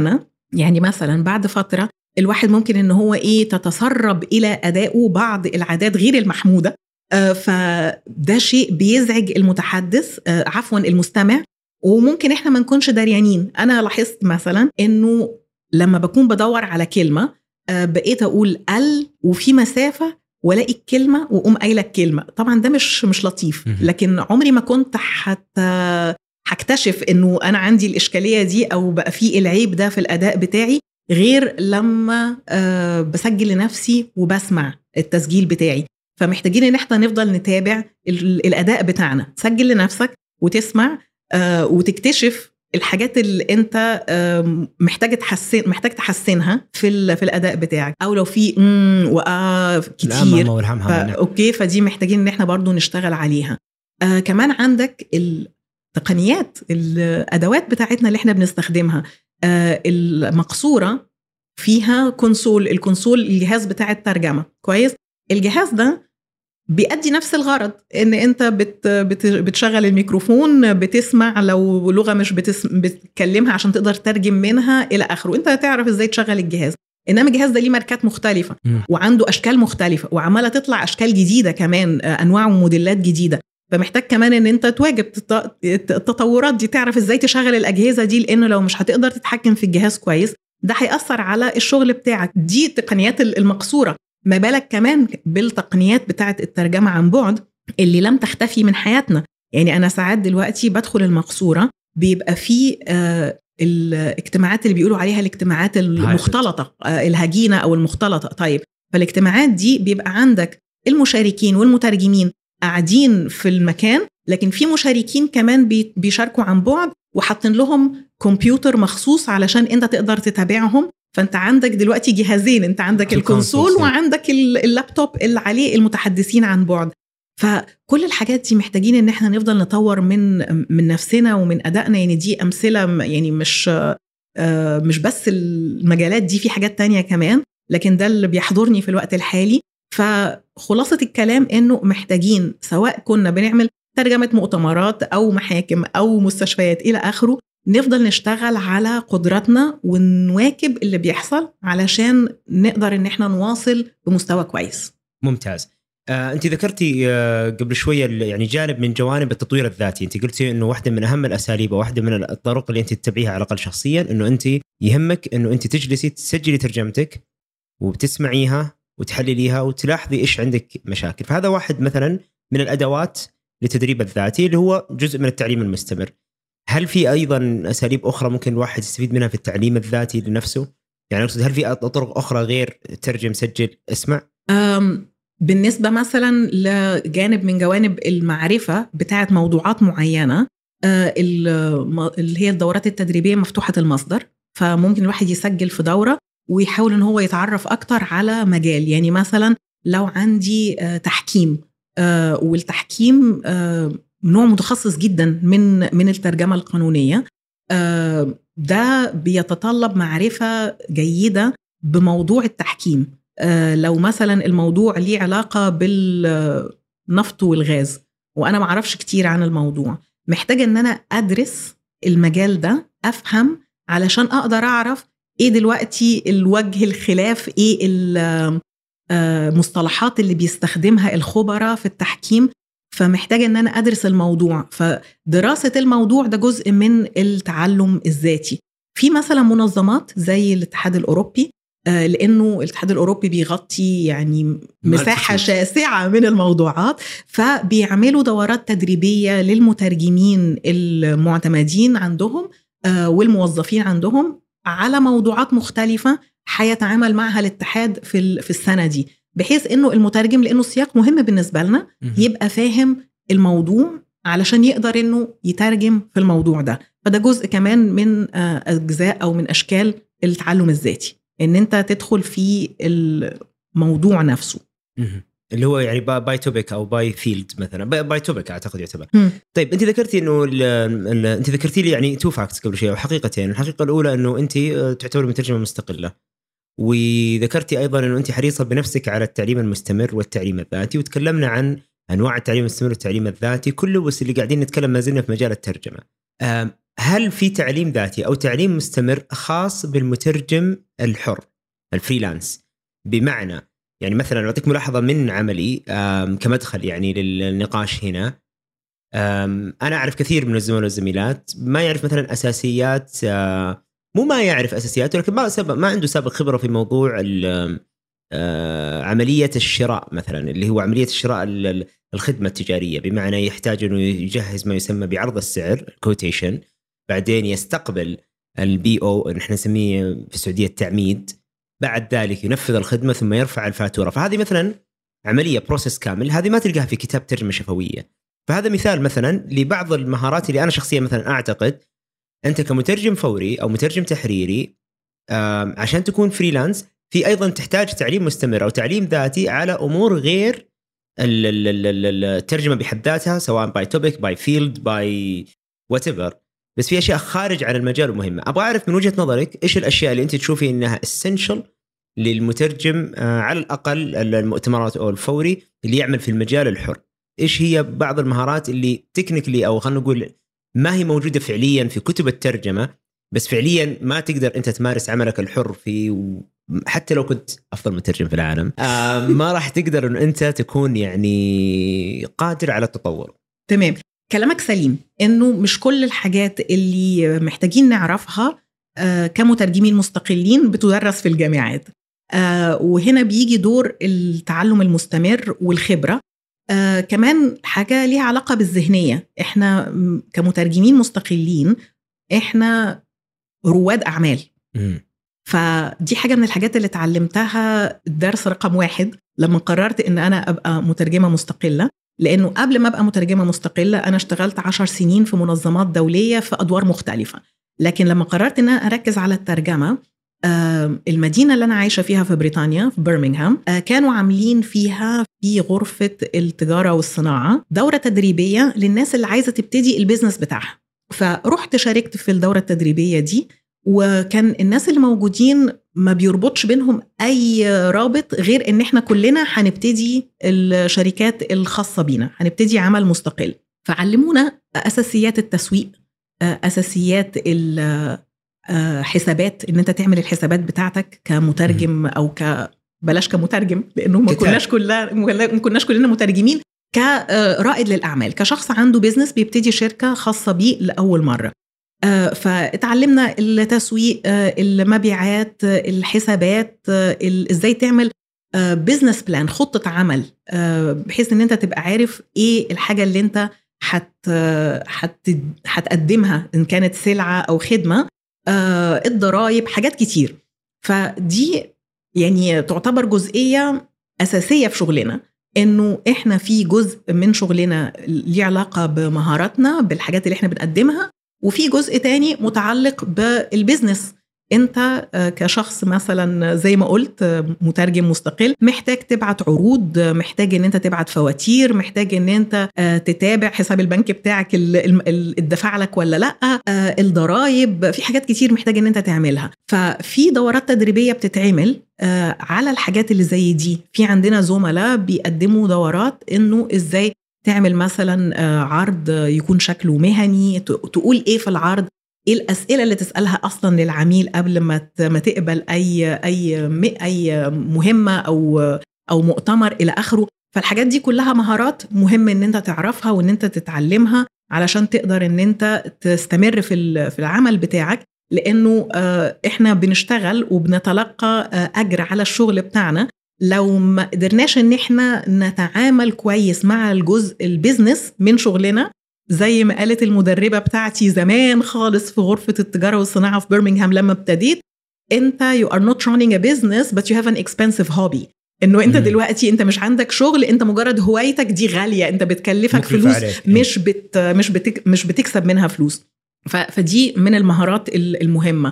يعني مثلا بعد فترة الواحد ممكن إن هو إيه تتسرب إلى أدائه بعض العادات غير المحمودة، آه فده شيء بيزعج المتحدث، آه عفوا المستمع، وممكن إحنا ما نكونش داريانين. أنا لاحظت مثلا إنه لما بكون بدور على كلمة آه بقيت أقول ال وفي مسافة ولاقي الكلمة وأقوم قايلة الكلمة. طبعا ده مش مش لطيف، لكن عمري ما كنت حتى هكتشف إنه أنا عندي الإشكالية دي أو بقى في العيب ده في الأداء بتاعي غير لما أه بسجل لنفسي وبسمع التسجيل بتاعي. فمحتاجين ان احنا نفضل نتابع الاداء بتاعنا، تسجل لنفسك وتسمع أه وتكتشف الحاجات اللي انت أه محتاج تحسن محتاج تحسنها في في الاداء بتاعك، او لو في امم واه كتير ف... اوكي فدي محتاجين ان احنا برضو نشتغل عليها. أه كمان عندك التقنيات الادوات بتاعتنا اللي احنا بنستخدمها آه المقصورة فيها كونسول. الكونسول الجهاز بتاع الترجمة كويس، الجهاز ده بيأدي نفس الغرض، ان انت بت بت بتشغل الميكروفون، بتسمع لو لغة مش بتكلمها عشان تقدر ترجم منها الى اخره. انت تعرف ازاي تشغل الجهاز، انما الجهاز ده ليه ماركات مختلفة م. وعنده اشكال مختلفة وعمالة تطلع اشكال جديدة كمان، انواع وموديلات جديدة. فمحتاج كمان ان انت تواجب التطورات دي، تعرف ازاي تشغل الاجهزه دي، لانه لو مش هتقدر تتحكم في الجهاز كويس ده هيأثر على الشغل بتاعك. دي التقنيات المقصوره، ما بالك كمان بالتقنيات بتاعه الترجمه عن بعد اللي لم تختفي من حياتنا. يعني انا ساعات دلوقتي بدخل المقصوره بيبقى فيه آه الاجتماعات اللي بيقولوا عليها الاجتماعات المختلطه، آه الهجينه او المختلطه. طيب فالاجتماعات دي بيبقى عندك المشاركين والمترجمين قاعدين في المكان، لكن في مشاركين كمان بيشاركوا عن بعد وحاطين لهم كمبيوتر مخصوص علشان انت تقدر تتابعهم. فانت عندك دلوقتي جهازين، انت عندك الكونسول وعندك اللابتوب اللي عليه المتحدثين عن بعد. فكل الحاجات دي محتاجين ان احنا نفضل نطور من من نفسنا ومن ادائنا. يعني دي امثله، يعني مش مش بس المجالات دي، في حاجات تانية كمان، لكن ده اللي بيحضرني في الوقت الحالي. فخلاصة الكلام إنه محتاجين سواء كنا بنعمل ترجمة مؤتمرات أو محاكم أو مستشفيات إلى آخره، نفضل نشتغل على قدراتنا ونواكب اللي بيحصل علشان نقدر إن احنا نواصل بمستوى كويس. ممتاز. آه، أنت ذكرتي آه، قبل شوية يعني جانب من جوانب التطوير الذاتي. أنت قلتي إنه واحدة من أهم الأساليب وواحدة من الطرق اللي أنت تتبعيها على الأقل شخصيا، إنه أنت يهمك إنه أنت تجلسي تسجلي ترجمتك وبتسمعيها وتحلليها وتلاحظي إيش عندك مشاكل. فهذا واحد مثلا من الأدوات للتدريب الذاتي اللي هو جزء من التعليم المستمر. هل في أيضا أساليب أخرى ممكن الواحد يستفيد منها في التعليم الذاتي لنفسه؟ يعني أقصد هل في طرق أخرى غير ترجم سجل اسمع؟ بالنسبة مثلا لجانب من جوانب المعرفة بتاعت موضوعات معينة، اللي هي الدورات التدريبية مفتوحة المصدر، فممكن الواحد يسجل في دورة ويحاول ان هو يتعرف اكتر على مجال. يعني مثلا لو عندي تحكيم، والتحكيم نوع متخصص جدا من من الترجمة القانونية، ده بيتطلب معرفة جيدة بموضوع التحكيم. لو مثلا الموضوع ليه علاقة بالنفط والغاز وانا ما اعرفش كتير عن الموضوع، محتاجة ان انا ادرس المجال ده، افهم علشان اقدر اعرف ايه دلوقتي الوجه الخلاف، ايه المصطلحات اللي بيستخدمها الخبراء في التحكيم. فمحتاجة ان انا ادرس الموضوع. فدراسة الموضوع ده جزء من التعلم الذاتي. في مثلا منظمات زي الاتحاد الاوروبي، لانه الاتحاد الاوروبي بيغطي يعني مساحة شاسعة من الموضوعات، فبيعملوا دورات تدريبية للمترجمين المعتمدين عندهم والموظفين عندهم على موضوعات مختلفة هيتعامل معها الاتحاد في في السنة دي، بحيث انه المترجم، لانه السياق مهم بالنسبة لنا، يبقى فاهم الموضوع علشان يقدر انه يترجم في الموضوع ده. فده جزء كمان من اجزاء او من اشكال التعلم الذاتي، ان انت تدخل في الموضوع نفسه، اللي هو يعني باي توبيك او باي فيلد. مثلا باي توبيك اعتقد يعتبر. طيب انت ذكرتي انه ال ال انت ذكرتي لي يعني تو فاكتس قبل شيء او حقيقتين. الحقيقه الاولى انه انت تعتبر مترجمه مستقله، وذكرتي ايضا انه انت حريصه بنفسك على التعليم المستمر والتعليم الذاتي، وتكلمنا عن انواع التعليم المستمر والتعليم الذاتي كله، بس اللي قاعدين نتكلم ما زلنا في مجال الترجمه. هل في تعليم ذاتي أو تعليم مستمر خاص بالمترجم الحر الفريلانس؟ بمعنى يعني مثلا أعطيك ملاحظة من عملي كمدخل يعني للنقاش هنا. أنا أعرف كثير من الزملاء والزميلات ما يعرف مثلا أساسيات، مو ما يعرف أساسيات ولكن ما سبق ما عنده سابق خبرة في موضوع عملية الشراء مثلا، اللي هو عملية الشراء الخدمة التجارية، بمعنى يحتاج أنه يجهز ما يسمى بعرض السعر كوتيشن، بعدين يستقبل البي او نحن نسميه في السعودية التعميد، بعد ذلك ينفذ الخدمة ثم يرفع الفاتورة. فهذه مثلا عملية بروسيس كامل، هذه ما تلقاها في كتاب ترجمة شفوية. فهذا مثال مثلا لبعض المهارات اللي أنا شخصيا مثلا أعتقد أنت كمترجم فوري أو مترجم تحريري عشان تكون فريلانس في أيضا تحتاج تعليم مستمر أو تعليم ذاتي على أمور غير الترجمة بحد ذاتها، سواء باي توبيك باي فيلد باي whatever، بس في أشياء خارج عن المجال مهمة. أبغى أعرف من وجهة نظرك إيش الأشياء اللي أنت تشوفي إنها essential للمترجم على الأقل المؤتمرات أو الفوري اللي يعمل في المجال الحر. إيش هي بعض المهارات اللي تكنيكلي أو خلنا نقول ما هي موجودة فعليا في كتب الترجمة، بس فعليا ما تقدر أنت تمارس عملك الحر في، حتى لو كنت أفضل مترجم في العالم آه ما راح تقدر أن أنت تكون يعني قادر على التطور. تمام، كلامك سليم، إنه مش كل الحاجات اللي محتاجين نعرفها آه كمترجمين مستقلين بتدرس في الجامعات، آه وهنا بيجي دور التعلم المستمر والخبرة. آه كمان حاجة ليها علاقة بالذهنية، إحنا كمترجمين مستقلين إحنا رواد أعمال. م. فدي حاجة من الحاجات اللي اتعلمتها الدرس رقم واحد لما قررت إن أنا أبقى مترجمة مستقلة، لأنه قبل ما أبقى مترجمة مستقلة أنا اشتغلت عشر سنين في منظمات دولية في أدوار مختلفة، لكن لما قررت إن أنا أركز على الترجمة، المدينة اللي أنا عايشة فيها في بريطانيا في برمنغهام كانوا عاملين فيها في غرفة التجارة والصناعة دورة تدريبية للناس اللي عايزة تبتدي البيزنس بتاعها. فرحت شاركت في الدورة التدريبية دي، وكان الناس اللي موجودين ما بيربطش بينهم أي رابط غير إن إحنا كلنا هنبتدي الشركات الخاصة بينا، هنبتدي عمل مستقل. فعلمونا أساسيات التسويق، أساسيات الحسابات، إن أنت تعمل الحسابات بتاعتك كمترجم أو ك بلاش كمترجم لأنه ما كناش كلنا ما كناش كلنا مترجمين، كرائد للأعمال، كشخص عنده بيزنس بيبتدي شركة خاصة بيه لأول مرة. فاتعلمنا التسويق، المبيعات، الحسابات، ازاي تعمل بيزنس بلان، خطة عمل، بحيث ان انت تبقى عارف ايه الحاجة اللي انت حت حت هتقدمها ان كانت سلعة او خدمة، الضرائب، حاجات كتير. فدي يعني تعتبر جزئية أساسية في شغلنا، انه احنا في جزء من شغلنا ليه علاقة بمهاراتنا بالحاجات اللي احنا بنقدمها، وفي جزء تاني متعلق بالبيزنس. انت كشخص مثلا زي ما قلت مترجم مستقل محتاج تبعت عروض، محتاج ان انت تبعت فواتير، محتاج ان انت تتابع حساب البنك بتاعك الدفع لك ولا لا، الضرائب، في حاجات كتير محتاج ان انت تعملها. ففي دورات تدريبية بتتعمل على الحاجات اللي زي دي. في عندنا زملاء بيقدموا دورات انه ازاي تعمل مثلا عرض يكون شكله مهني، تقول ايه في العرض، ايه الاسئله اللي تسالها اصلا للعميل قبل ما ما تقبل اي اي اي مهمه او او مؤتمر الى اخره. فالحاجات دي كلها مهارات مهم ان انت تعرفها وان انت تتعلمها علشان تقدر ان انت تستمر في في العمل بتاعك، لانه احنا بنشتغل وبنتلقى اجر على الشغل بتاعنا. لو ما قدرناش ان احنا نتعامل كويس مع الجزء البيزنس من شغلنا، زي ما قالت المدربة بتاعتي زمان خالص في غرفة التجارة والصناعة في برمنغهام لما ابتديت، انت you are not running a business but you have an expensive hobby. انه انت دلوقتي انت مش عندك شغل، انت مجرد هوايتك دي غالية، انت بتكلفك فلوس مش بت مش بتك مش بتكسب منها فلوس. فدي من المهارات المهمة.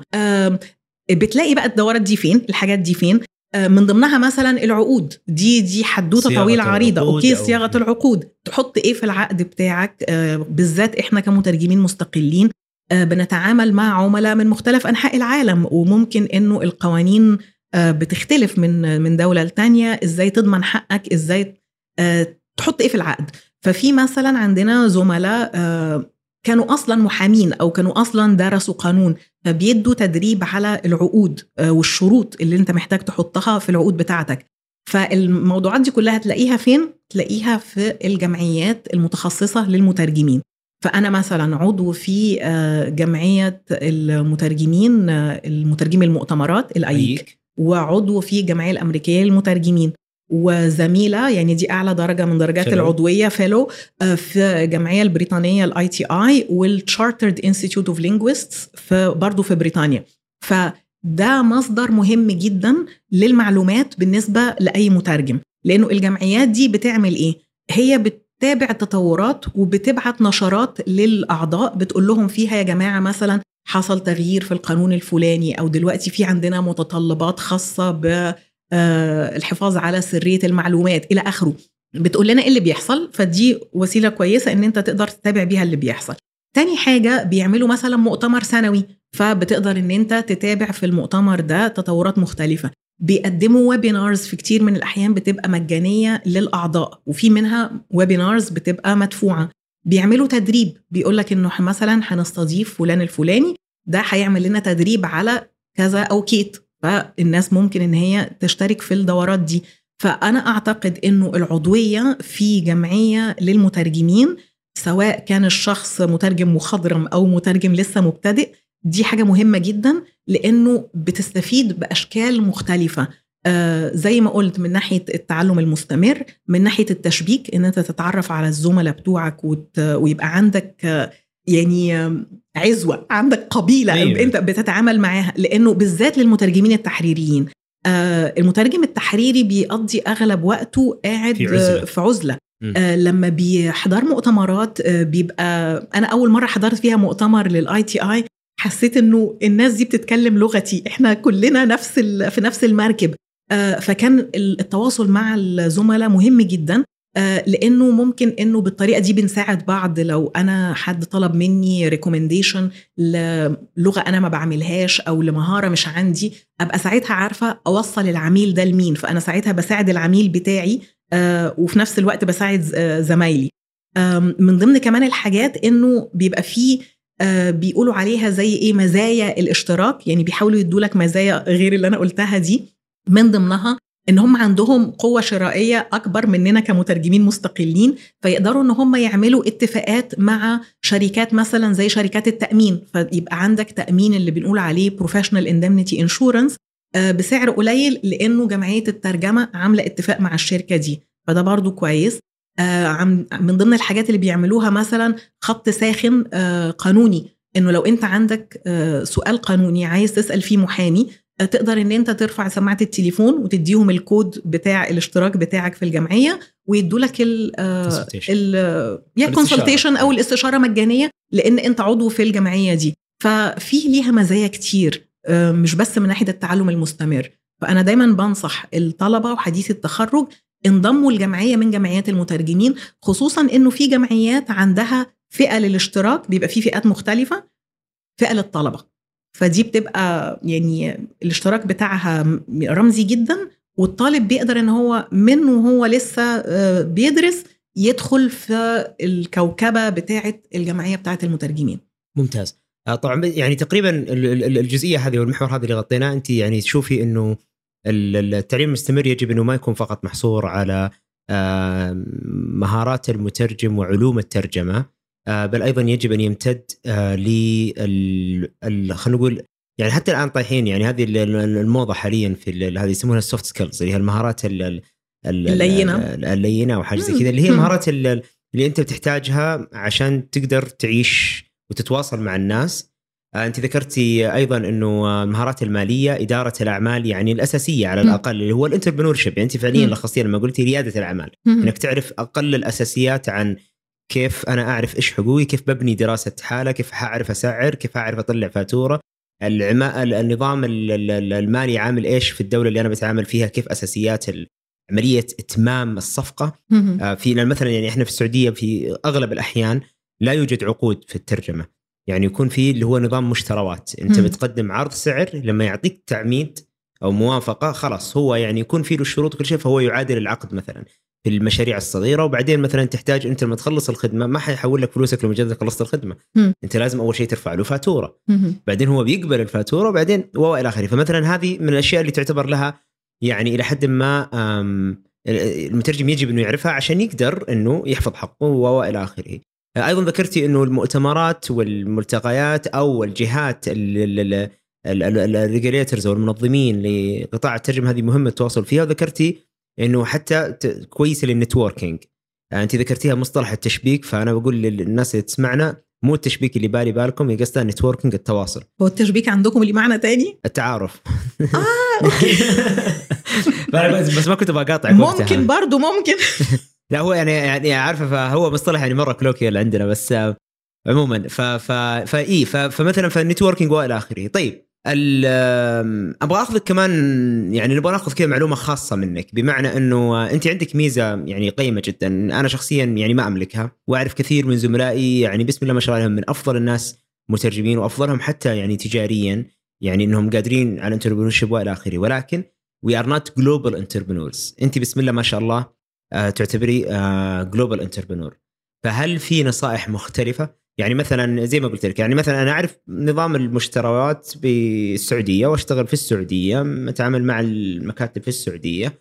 بتلاقي بقى الدورات دي فين، الحاجات دي فين؟ من ضمنها مثلا العقود، دي دي حدوته طويله عريضه. اوكي، صياغه العقود، تحط ايه في العقد بتاعك. بالذات احنا كمترجمين مستقلين بنتعامل مع عملاء من مختلف انحاء العالم، وممكن انه القوانين بتختلف من من دوله لتانية. ازاي تضمن حقك، ازاي تحط ايه في العقد. ففي مثلا عندنا زملاء كانوا أصلا محامين أو كانوا أصلا درسوا قانون، فبيدوا تدريب على العقود والشروط اللي انت محتاج تحطها في العقود بتاعتك. فالموضوعات دي كلها تلاقيها فين؟ تلاقيها في الجمعيات المتخصصة للمترجمين. فأنا مثلا عضو في جمعية المترجمين، المترجمين المؤتمرات الأيك، وعضو في الجمعية الأمريكية للمترجمين، وزميلة يعني دي أعلى درجة من درجات فيلو. العضوية فيلو في الجمعية البريطانية الاي تي اي والتشارترد انستيتيوت اوف لينجويستس في برضو في بريطانيا. فده مصدر مهم جدا للمعلومات بالنسبة لأي مترجم، لأنه الجمعيات دي بتعمل إيه؟ هي بتتابع التطورات وبتبعت نشرات للأعضاء بتقول لهم فيها يا جماعة مثلا حصل تغيير في القانون الفلاني، أو دلوقتي في عندنا متطلبات خاصة ب الحفاظ على سرية المعلومات إلى آخره، بتقول لنا إيه اللي بيحصل. فدي وسيلة كويسة إن أنت تقدر تتابع بيها اللي بيحصل. تاني حاجة بيعملوا مثلا مؤتمر سنوي، فبتقدر إن أنت تتابع في المؤتمر ده تطورات مختلفة. بيقدموا ويبينارز في كتير من الأحيان بتبقى مجانية للأعضاء، وفي منها ويبينارز بتبقى مدفوعة. بيعملوا تدريب، بيقولك إنه مثلا هنستضيف فلان الفلاني ده هيعمل لنا تدريب على كذا أو كيت، فالناس ممكن إن هي تشترك في الدورات دي. فأنا أعتقد إنه العضوية في جمعية للمترجمين سواء كان الشخص مترجم مخضرم أو مترجم لسه مبتدئ، دي حاجة مهمة جدا، لأنه بتستفيد بأشكال مختلفة. آه زي ما قلت، من ناحية التعلم المستمر، من ناحية التشبيك إن أنت تتعرف على الزملاء بتوعك وت... ويبقى عندك آه يعني عزوة، عندك قبيلة أيوة. أنت بتتعامل معاها، لأنه بالذات للمترجمين التحريريين آه المترجم التحريري بيقضي أغلب وقته قاعد في عزلة, في عزلة. آه لما بيحضر مؤتمرات آه بيبقى أنا أول مرة حضرت فيها مؤتمر للآي تي آي حسيت إنه الناس دي بتتكلم لغتي، إحنا كلنا نفس في نفس المركب. آه فكان التواصل مع الزملاء مهم جدا، لأنه ممكن أنه بالطريقة دي بنساعد بعض. لو أنا حد طلب مني ريكومنديشن للغة أنا ما بعملهاش أو لمهارة مش عندي، أبقى ساعتها عارفة أوصل العميل ده لمين، فأنا ساعتها بساعد العميل بتاعي وفي نفس الوقت بساعد زمايلي. من ضمن كمان الحاجات أنه بيبقى فيه بيقولوا عليها زي إيه مزايا الاشتراك، يعني بيحاولوا يدولك مزايا غير اللي أنا قلتها دي. من ضمنها إن هم عندهم قوة شرائية أكبر مننا كمترجمين مستقلين، فيقدروا إن هم يعملوا اتفاقات مع شركات مثلا زي شركات التأمين، فيبقى عندك تأمين اللي بنقول عليه Professional Indemnity Insurance بسعر قليل، لأنه جمعية الترجمة عاملة اتفاق مع الشركة دي، فده برضو كويس. من ضمن الحاجات اللي بيعملوها مثلا خط ساخن قانوني، إنه لو أنت عندك سؤال قانوني عايز تسأل فيه محامي، تقدر ان انت ترفع سماعة التليفون وتديهم الكود بتاع الاشتراك بتاعك في الجمعية، ويدولك ال يا كونسلتيشن او الاستشارة مجانية، لان انت عضو في الجمعية دي. ففي ليها مزايا كتير، مش بس من ناحية التعلم المستمر. فانا دايما بنصح الطلبة وحديث التخرج انضموا الجمعية من جمعيات المترجمين، خصوصا انه في جمعيات عندها فئة للاشتراك، بيبقى في فئات مختلفة، فئة للطلبة، فدي بتبقى يعني الاشتراك بتاعها رمزي جدا، والطالب بيقدر ان هو منه وهو لسه بيدرس يدخل في الكوكبة بتاعة الجمعية بتاعة المترجمين. ممتاز. طبعا يعني تقريبا الجزئية هذه والمحور هذا اللي غطيناه، انت يعني تشوفي انه التعليم المستمر يجب انه ما يكون فقط محصور على مهارات المترجم وعلوم الترجمة، بل أيضا يجب أن يمتد لل خلينا نقول يعني حتى الآن طايحين يعني هذه الموضة حاليا في هذه يسمونها السوفت سكيلز، اللي هي المهارات اللينة اللينة أو حاجة زي كذا، اللي هي المهارات اللي أنت بتحتاجها عشان تقدر تعيش وتتواصل مع الناس. أنت ذكرتي أيضا إنه المهارات المالية، إدارة الأعمال يعني الأساسية على الأقل، اللي هو الانتربرنورشيب. يعني أنت فعليا لخصتي لما قلتي ريادة الأعمال، إنك تعرف أقل الأساسيات عن كيف أنا أعرف إيش حقوقي، كيف ببني دراسة حالة، كيف أعرف أسعر، كيف أعرف أطلع فاتورة، النظام المالي عامل إيش في الدولة اللي أنا بتعامل فيها، كيف أساسيات عملية إتمام الصفقة. في مثلا يعني إحنا في السعودية في أغلب الأحيان لا يوجد عقود في الترجمة، يعني يكون في اللي هو نظام مشتروات، أنت بتقدم عرض سعر، لما يعطيك تعميد او موافقه خلاص هو يعني يكون فيه له الشروط وكل شيء، فهو يعادل العقد مثلا في المشاريع الصغيره. وبعدين مثلا تحتاج انت لما تخلص الخدمه ما حيحول لك فلوسك لمجرد خلصت الخدمه، م. انت لازم اول شيء ترفع له فاتوره، م. بعدين هو بيقبل الفاتوره، وبعدين والى اخره. فمثلا هذه من الاشياء اللي تعتبر لها يعني الى حد ما المترجم يجب انه يعرفها عشان يقدر انه يحفظ حقه والى اخره. ايضا ذكرتي انه المؤتمرات والملتقيات او الجهات الريجوليترز او المنظمين لقطاع الترجمه هذه مهمه التواصل فيها. وذكرتي انه حتى كويسه للنتوركينج، انت ذكرتيها مصطلح التشبيك، فانا بقول للناس اللي تسمعنا مو التشبيك اللي بالي بالكم، يقصدها النتوركينج التواصل. هو التشبيك عندكم اللي معنى تاني؟ التعارف. اه اوكي. بس ما كنت بقاطعك ممكن برضو ممكن. لا هو يعني يعني عارفه، فهو مصطلح يعني مره كلوكيال عندنا، بس عموما ف ف فاي فمثلا فالنتوركينج والى اخره. طيب ابغى اخذك كمان، يعني نبغى ناخذ كذا معلومه خاصه منك، بمعنى انه انت عندك ميزه يعني قيمه جدا انا شخصيا يعني ما املكها، واعرف كثير من زملائي يعني بسم الله ما شاء الله عليهم من افضل الناس مترجمين وافضلهم حتى يعني تجاريا، يعني انهم قادرين على انتربرنورشيب والى اخره، ولكن we are not global entrepreneurs. انت بسم الله ما شاء الله آه تعتبري آه global entrepreneur. فهل في نصائح مختلفه؟ يعني مثلا زي ما قلت لك، يعني مثلا انا اعرف نظام المشتريات بالسعوديه واشتغل في السعوديه، متعامل مع المكاتب في السعوديه،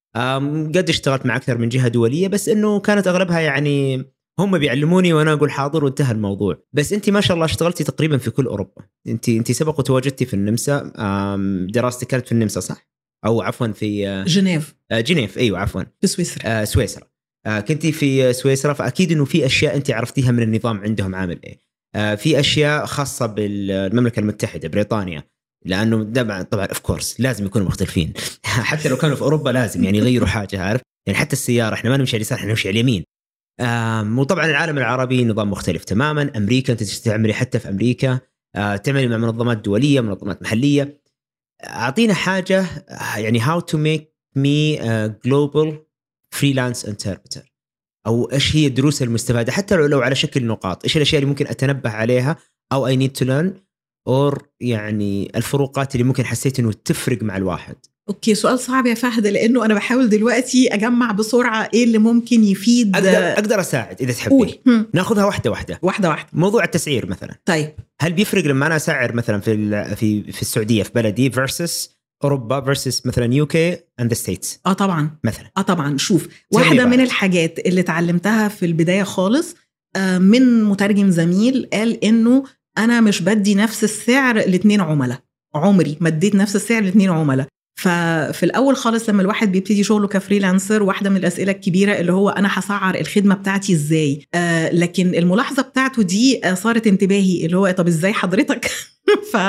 قد اشتغلت مع اكثر من جهه دوليه، بس انه كانت اغلبها يعني هم بيعلموني وانا اقول حاضر وانتهى الموضوع. بس انت ما شاء الله اشتغلتي تقريبا في كل اوروبا، انت انت سبق وتواجدتي في النمسا، دراستك كانت في النمسا صح؟ او عفوا في جنيف. جنيف ايوه عفوا في سويسرا. سويسرا. كنتي في سويسرا، فأكيد إنه في أشياء أنت عرفتيها من النظام عندهم عامل إيه. في أشياء خاصة بالمملكة المتحدة بريطانيا، لأنه طبعا طبعا أوف كورس لازم يكونوا مختلفين. حتى لو كانوا في أوروبا لازم يعني يغيروا حاجة، عارف يعني حتى السيارة إحنا ما نمشي على اليسار، إحنا نمشي على اليمين. وطبعا العالم العربي نظام مختلف تماما. أمريكا أنت تستعملي حتى في أمريكا تعملي مع منظمات دولية منظمات محلية. أعطينا حاجة يعني how to make me a global freelance interpreter، أو إيش هي الدروس المستفادة حتى لو على شكل نقاط، إيش الأشياء اللي ممكن أتنبه عليها أو I need to learn or يعني الفروقات اللي ممكن حسيت إنه تفرق مع الواحد. أوكي سؤال صعب يا فهد، لأنه أنا بحاول دلوقتي أجمع بسرعة إيه اللي ممكن يفيد. أقدر, أقدر أساعد إذا تحبي ناخذها واحدة واحدة واحدة واحدة. موضوع التسعير مثلا، طيب هل بيفرق لما أنا أسعر مثلا في في في السعودية في بلدي versus أوروبا versus مثلا يوكي and the States؟ آه طبعا مثلا آه طبعا. شوف واحدة من الحاجات اللي تعلمتها في البداية خالص من مترجم زميل قال إنه أنا مش بدي نفس السعر لاتنين عملاء، عمري ما اديت نفس السعر لاتنين عملاء. ففي الأول خالص لما الواحد بيبتدي شغله كفريلانسر، واحدة من الأسئلة الكبيرة اللي هو أنا هسعر الخدمة بتاعتي إزاي. آه لكن الملاحظة بتاعته دي صارت انتباهي، اللي هو طب إزاي حضرتك؟ ف...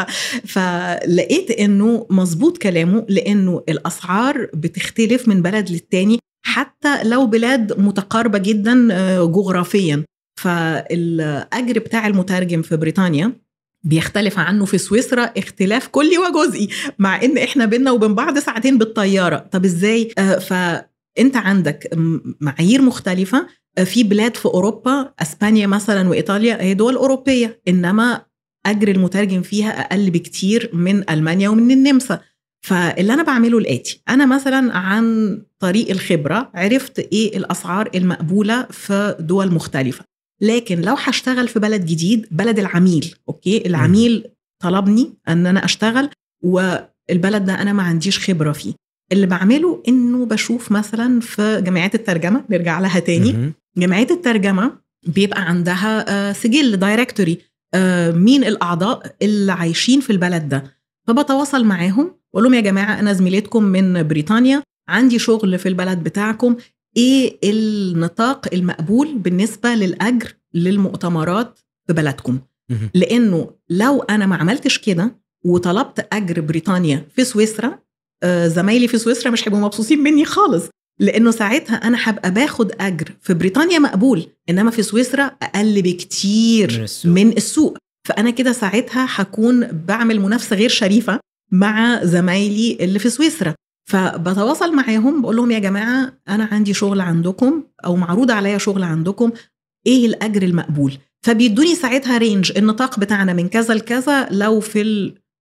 فلقيت إنه مظبوط كلامه، لأنه الأسعار بتختلف من بلد للتاني حتى لو بلاد متقاربة جدا جغرافيا. فالأجر بتاع المترجم في بريطانيا بيختلف عنه في سويسرا اختلاف كلي وجزئي، مع ان احنا بينا وبين بعض ساعتين بالطيارة. طب ازاي؟ آه فانت عندك معايير مختلفة في بلاد في اوروبا، اسبانيا مثلا وايطاليا هي دول اوروبية، انما اجر المترجم فيها اقل بكتير من المانيا ومن النمسا. فاللي انا بعمله الاتي، انا مثلا عن طريق الخبرة عرفت ايه الاسعار المقبولة في دول مختلفة. لكن لو هشتغل في بلد جديد، بلد العميل، أوكي العميل طلبني أن أنا أشتغل والبلد ده أنا ما عنديش خبرة فيه، اللي بعمله إنه بشوف مثلا في جمعيات الترجمة، نرجع لها تاني. جمعيات الترجمة بيبقى عندها سجل دايركتوري مين الأعضاء اللي عايشين في البلد ده، فبتواصل معاهم وقول لهم يا جماعة أنا زميلتكم من بريطانيا، عندي شغل في البلد بتاعكم، ايه النطاق المقبول بالنسبة للأجر للمؤتمرات في بلدكم؟ لأنه لو أنا ما عملتش كده وطلبت أجر بريطانيا في سويسرا، آه زمايلي في سويسرا مش هيبقوا مبسوطين مني خالص، لأنه ساعتها أنا هبقى باخد أجر في بريطانيا مقبول، إنما في سويسرا أقل بكتير من السوق, من السوق. فأنا كده ساعتها هكون بعمل منافسة غير شريفة مع زمايلي اللي في سويسرا. فبتواصل معاهم بقول لهم يا جماعة أنا عندي شغل عندكم أو معروض عليا شغل عندكم، إيه الأجر المقبول؟ فبيدوني ساعتها رينج، النطاق بتاعنا من كذا لكذا لو في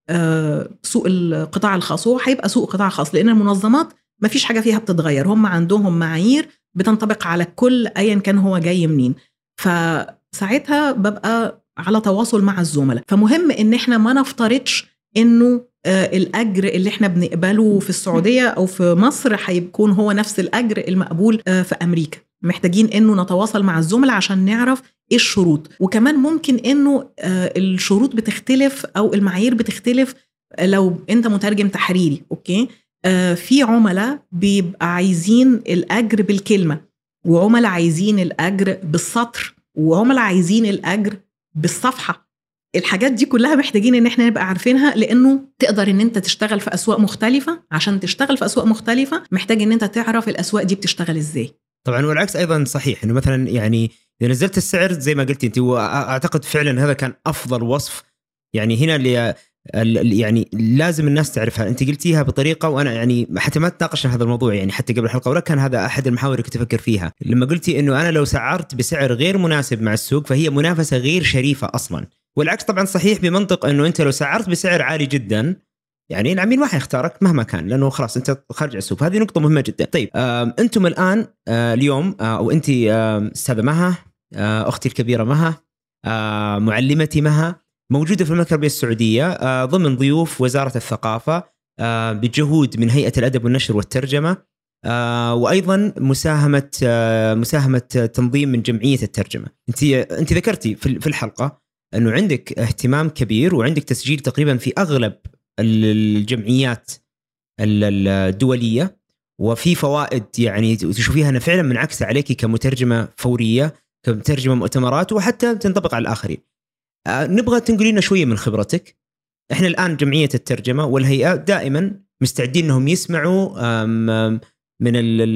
سوق القطاع الخاص، هو هيبقى سوق قطاع خاص، لأن المنظمات ما فيش حاجة فيها بتتغير، هم عندهم معايير بتنطبق على كل أيا كان هو جاي منين. فساعتها ببقى على تواصل مع الزملاء. فمهم إن احنا ما نفترضش إنه الأجر اللي احنا بنقبله في السعودية أو في مصر هيكون هو نفس الأجر المقبول في أمريكا. محتاجين إنه نتواصل مع الزملاء عشان نعرف إيه الشروط، وكمان ممكن إنه الشروط بتختلف أو المعايير بتختلف. لو أنت مترجم تحريري أوكي، في عملاء بيبقى عايزين الأجر بالكلمة، وعملاء عايزين الأجر بالسطر، وعملاء عايزين الأجر بالصفحة. الحاجات دي كلها محتاجين ان احنا نبقى عارفينها، لانه تقدر ان انت تشتغل في اسواق مختلفة. عشان تشتغل في اسواق مختلفة محتاج ان انت تعرف الاسواق دي بتشتغل ازاي. طبعا والعكس ايضا صحيح، انه مثلا يعني اذا نزلت السعر زي ما قلتي انت، واعتقد فعلا هذا كان افضل وصف. يعني هنا اللي يعني لازم الناس تعرفها، انت قلتيها بطريقه وانا يعني حتى ما تناقشنا هذا الموضوع يعني حتى قبل الحلقه، ولا كان هذا احد المحاور اللي كنت افكر فيها لما قلتي انه انا لو سعرت بسعر غير مناسب مع السوق فهي منافسه غير شريفه اصلا. والعكس طبعا صحيح بمنطق انه انت لو سعرت بسعر عالي جدا يعني العميل ما حيختارك مهما كان، لانه خلاص انت خارج السوق. هذه نقطه مهمه جدا. طيب انتم الان اليوم او انت استاذه مها، اختي الكبيره مها، معلمتي مها، موجوده في المملكه العربيه السعوديه ضمن ضيوف وزاره الثقافه بجهود من هيئه الادب والنشر والترجمه، وايضا مساهمه مساهمه تنظيم من جمعيه الترجمه. انت انت ذكرتي في الحلقه انه عندك اهتمام كبير وعندك تسجيل تقريبا في اغلب الجمعيات الدوليه، وفي فوائد يعني تشوفيها أنها فعلا منعكسه عليك كمترجمه فوريه، كمترجمه مؤتمرات، وحتى تنطبق على الاخرين. نبغى تنقلي لنا شويه من خبرتك. احنا الان جمعيه الترجمه والهيئه دائما مستعدين انهم يسمعوا من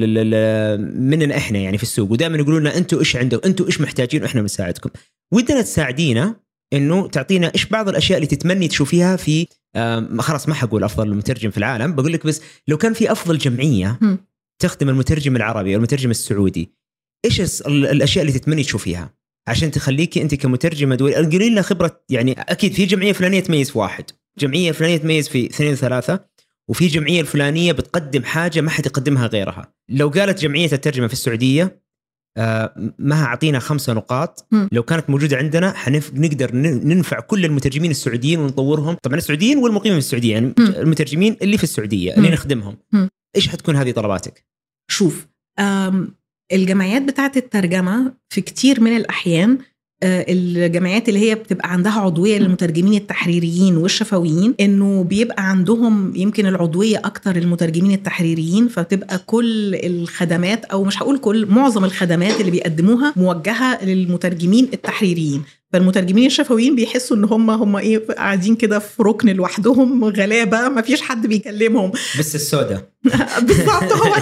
مننا احنا يعني في السوق، ودائما يقولوا لنا انتم ايش عندكم، انتم ايش محتاجين واحنا بنساعدكم. ودنا تساعدينا انه تعطينا ايش بعض الاشياء اللي تتمني تشوفيها في خلاص ما حقول افضل مترجم في العالم، بقول لك بس لو كان في افضل جمعيه تخدم المترجم العربي او المترجم السعودي، ايش الاشياء اللي تتمني تشوفيها عشان تخليكي انت كمترجمه دوليه؟ قولي لنا خبره. يعني اكيد في جمعيه فلانيه تميز في واحد، جمعيه فلانيه تميز في اثنين ثلاثه، وفي جمعيه الفلانيه بتقدم حاجه ما حد يقدمها غيرها. لو قالت جمعيه الترجمه في السعوديه آه ما اعطينا خمسة نقاط، م. لو كانت موجوده عندنا حنقدر ننفع كل المترجمين السعوديين ونطورهم، طبعا السعوديين والمقيمين في السعوديه، يعني م. المترجمين اللي في السعوديه م. اللي نخدمهم. م. ايش حتكون هذه طلباتك؟ شوف، الجمعيات بتاعه الترجمه في كتير من الاحيان، الجمعيات اللي هي بتبقى عندها عضوية للمترجمين التحريريين والشفويين، انه بيبقى عندهم يمكن العضوية اكتر المترجمين التحريريين، فبتبقى كل الخدمات او مش هقول كل، معظم الخدمات اللي بيقدموها موجهة للمترجمين التحريريين. فالمترجمين الشفويين بيحسوا ان هم هم ايه، قاعدين كده في ركن لوحدهم غلابة، ما فيش حد بيكلمهم، بس السوداء بالضبط، هو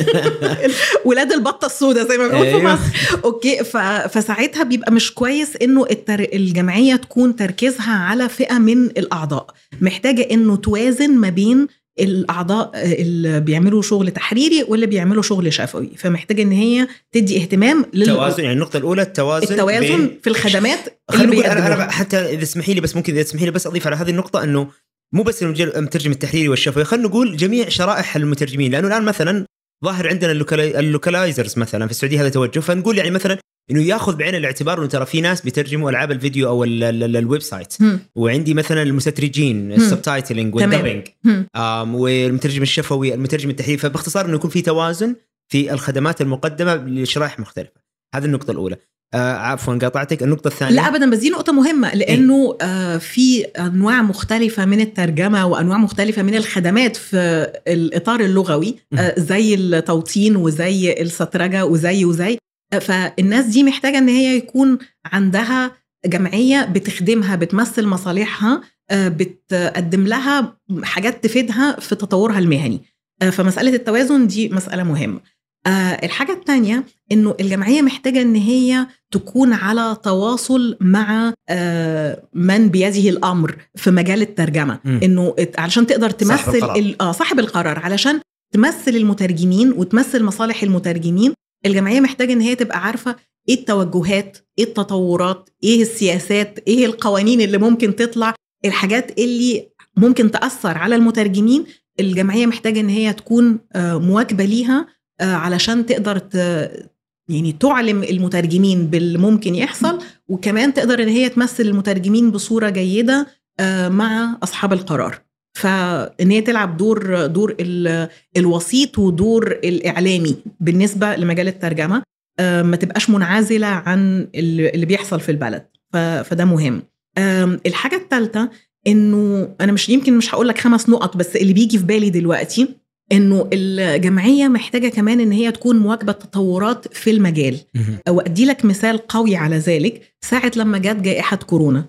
ولاد البطة السوداء زي ما بيقولوا في مصر. اوكي، فساعتها بيبقى مش كويس انه الجمعية تكون تركيزها على فئة من الاعضاء. محتاجة انه توازن ما بين الاعضاء اللي بيعملوا شغل تحريري واللي بيعملوا شغل شفوي، فمحتاجه ان هي تدي اهتمام للتوازن. يعني النقطه الاولى التوازن التوازن في الخدمات اللي بيقدموها. انا حتى اذا تسمحي لي بس ممكن اذا تسمحي لي بس اضيف على هذه النقطه انه مو بس المترجم التحريري والشفوي، خلينا نقول جميع شرائح المترجمين، لانه الان مثلا ظاهر عندنا اللوكالايزرز مثلا في السعوديه هذا توجه، فنقول يعني مثلا انه ياخذ بعين الاعتبار انه ترى في ناس بيترجموا العاب الفيديو او الويب سايت، وعندي مثلا المسترجين السبتايتلينج والدبنج، والمترجم الشفوي، المترجم التحريري. فباختصار انه يكون في توازن في الخدمات المقدمه لشرائح مختلفه. هذه النقطه الاولى. آه عفوا قاطعتك. النقطه الثانيه، لا ابدا، بس دي نقطه مهمه، لانه آه في انواع مختلفه من الترجمه وانواع مختلفه من الخدمات في الاطار اللغوي، آه زي التوطين وزي السترجه وزي وزي فالناس دي محتاجة ان هي يكون عندها جمعية بتخدمها، بتمثل مصالحها، بتقدم لها حاجات تفيدها في تطورها المهني. فمسألة التوازن دي مسألة مهمة. الحاجة الثانية انه الجمعية محتاجة ان هي تكون على تواصل مع من بيده الامر في مجال الترجمة، م. انه علشان تقدر تمثل صاحب القرار. اه صاحب القرار، علشان تمثل المترجمين وتمثل مصالح المترجمين. الجمعية محتاجة ان هي تبقى عارفة ايه التوجهات، ايه التطورات، ايه السياسات، ايه القوانين اللي ممكن تطلع، الحاجات اللي ممكن تأثر على المترجمين، الجمعية محتاجة ان هي تكون مواكبة ليها علشان تقدر يعني تعلم المترجمين باللي ممكن يحصل، وكمان تقدر ان هي تمثل المترجمين بصورة جيدة مع أصحاب القرار. فإن هي تلعب دور دور الوسيط ودور الإعلامي بالنسبة لمجال الترجمة، ما تبقاش منعزلة عن اللي بيحصل في البلد. فده مهم. الحاجة الثالثة إنه أنا مش يمكن مش هقول لك خمس نقط، بس اللي بيجي في بالي دلوقتي إنه الجمعية محتاجة كمان إن هي تكون مواكبة تطورات في المجال. وأدي لك مثال قوي على ذلك، ساعة لما جت جائحة كورونا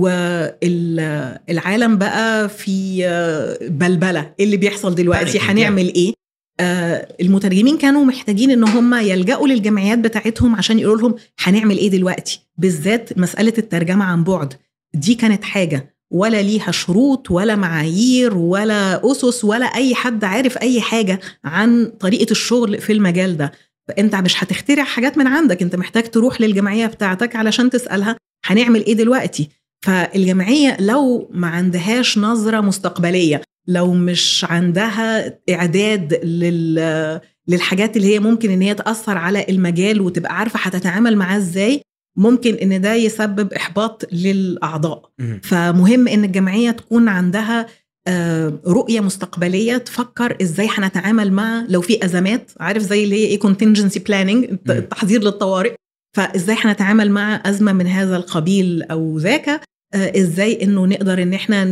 والعالم بقى في بلبلة، اللي بيحصل دلوقتي هنعمل إيه؟ المترجمين كانوا محتاجين إن هم يلجأوا للجمعيات بتاعتهم عشان يقولوا لهم هنعمل إيه دلوقتي، بالذات مسألة الترجمة عن بعد. دي كانت حاجة ولا ليها شروط ولا معايير ولا أسس ولا أي حد عارف أي حاجة عن طريقة الشغل في المجال ده. فأنت مش هتخترع حاجات من عندك، أنت محتاج تروح للجمعية بتاعتك علشان تسألها هنعمل إيه دلوقتي. فالجمعية لو ما عندهاش نظرة مستقبلية، لو مش عندها إعداد لل... للحاجات اللي هي ممكن إن هي تأثر على المجال وتبقى عارفة هتتعامل معاه إزاي، ممكن إن ده يسبب إحباط للأعضاء. فمهم إن الجمعية تكون عندها رؤية مستقبلية، تفكر إزاي هنتعامل مع لو في أزمات، عارف زي اللي هي إيه contingency planning، التحضير للطوارئ. فإزاي هنتعامل مع أزمة من هذا القبيل أو ذاك، إزاي إنه نقدر إن إحنا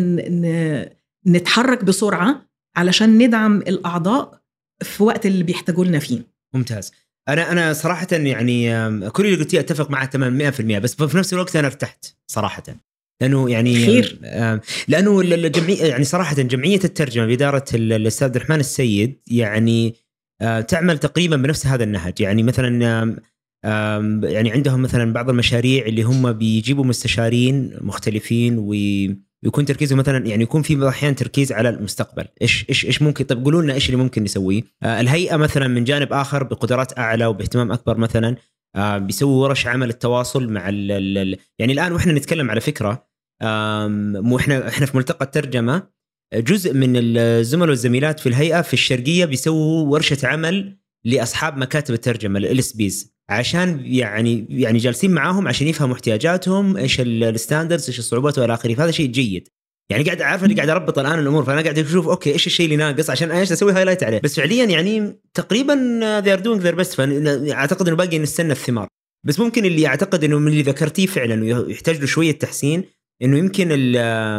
نتحرك بسرعة علشان ندعم الأعضاء في وقت اللي بيحتاجوا لنا فيه. ممتاز. أنا أنا صراحة يعني كل اللي قلتيه أتفق معه تمام مئة في المئة، بس في نفس الوقت أنا ارتحت صراحة، لأنه يعني خير. لأنه الجمعية يعني صراحة جمعية الترجمة بإدارة الأستاذ عبد الرحمن السيد يعني تعمل تقريبا بنفس هذا النهج. يعني مثلا يعني عندهم مثلا بعض المشاريع اللي هم بيجيبوا مستشارين مختلفين ويكون تركيزهم مثلا يعني يكون في أحيان تركيز على المستقبل، إيش إيش إيش ممكن، طب قولوا لنا إيش اللي ممكن نسويه. الهيئة مثلا من جانب آخر بقدرات أعلى وباهتمام أكبر مثلا بيسووا ورش عمل التواصل مع ال ال يعني الآن وإحنا نتكلم على فكرة، مو إحنا إحنا في ملتقى الترجمة جزء من الزملاء والزميلات في الهيئة في الشرقية بيسووا ورشة عمل لأصحاب مكاتب الترجمة ال إس بيز، عشان يعني يعني جالسين معاهم عشان يفهموا احتياجاتهم، ايش الستاندردز، ايش الصعوبات والى اخره. فهذا شيء جيد. يعني قاعد عارف اني قاعد اربط الان الامور، فانا قاعد اشوف اوكي ايش الشيء اللي ناقص عشان ايش اسوي هايلايت عليه. بس فعليا يعني تقريبا they are doing their best. فاعتقد انه باقي نستنى الثمار. بس ممكن اللي اعتقد انه من اللي ذكرتيه فعلا يحتاج له شويه تحسين، انه يمكن ال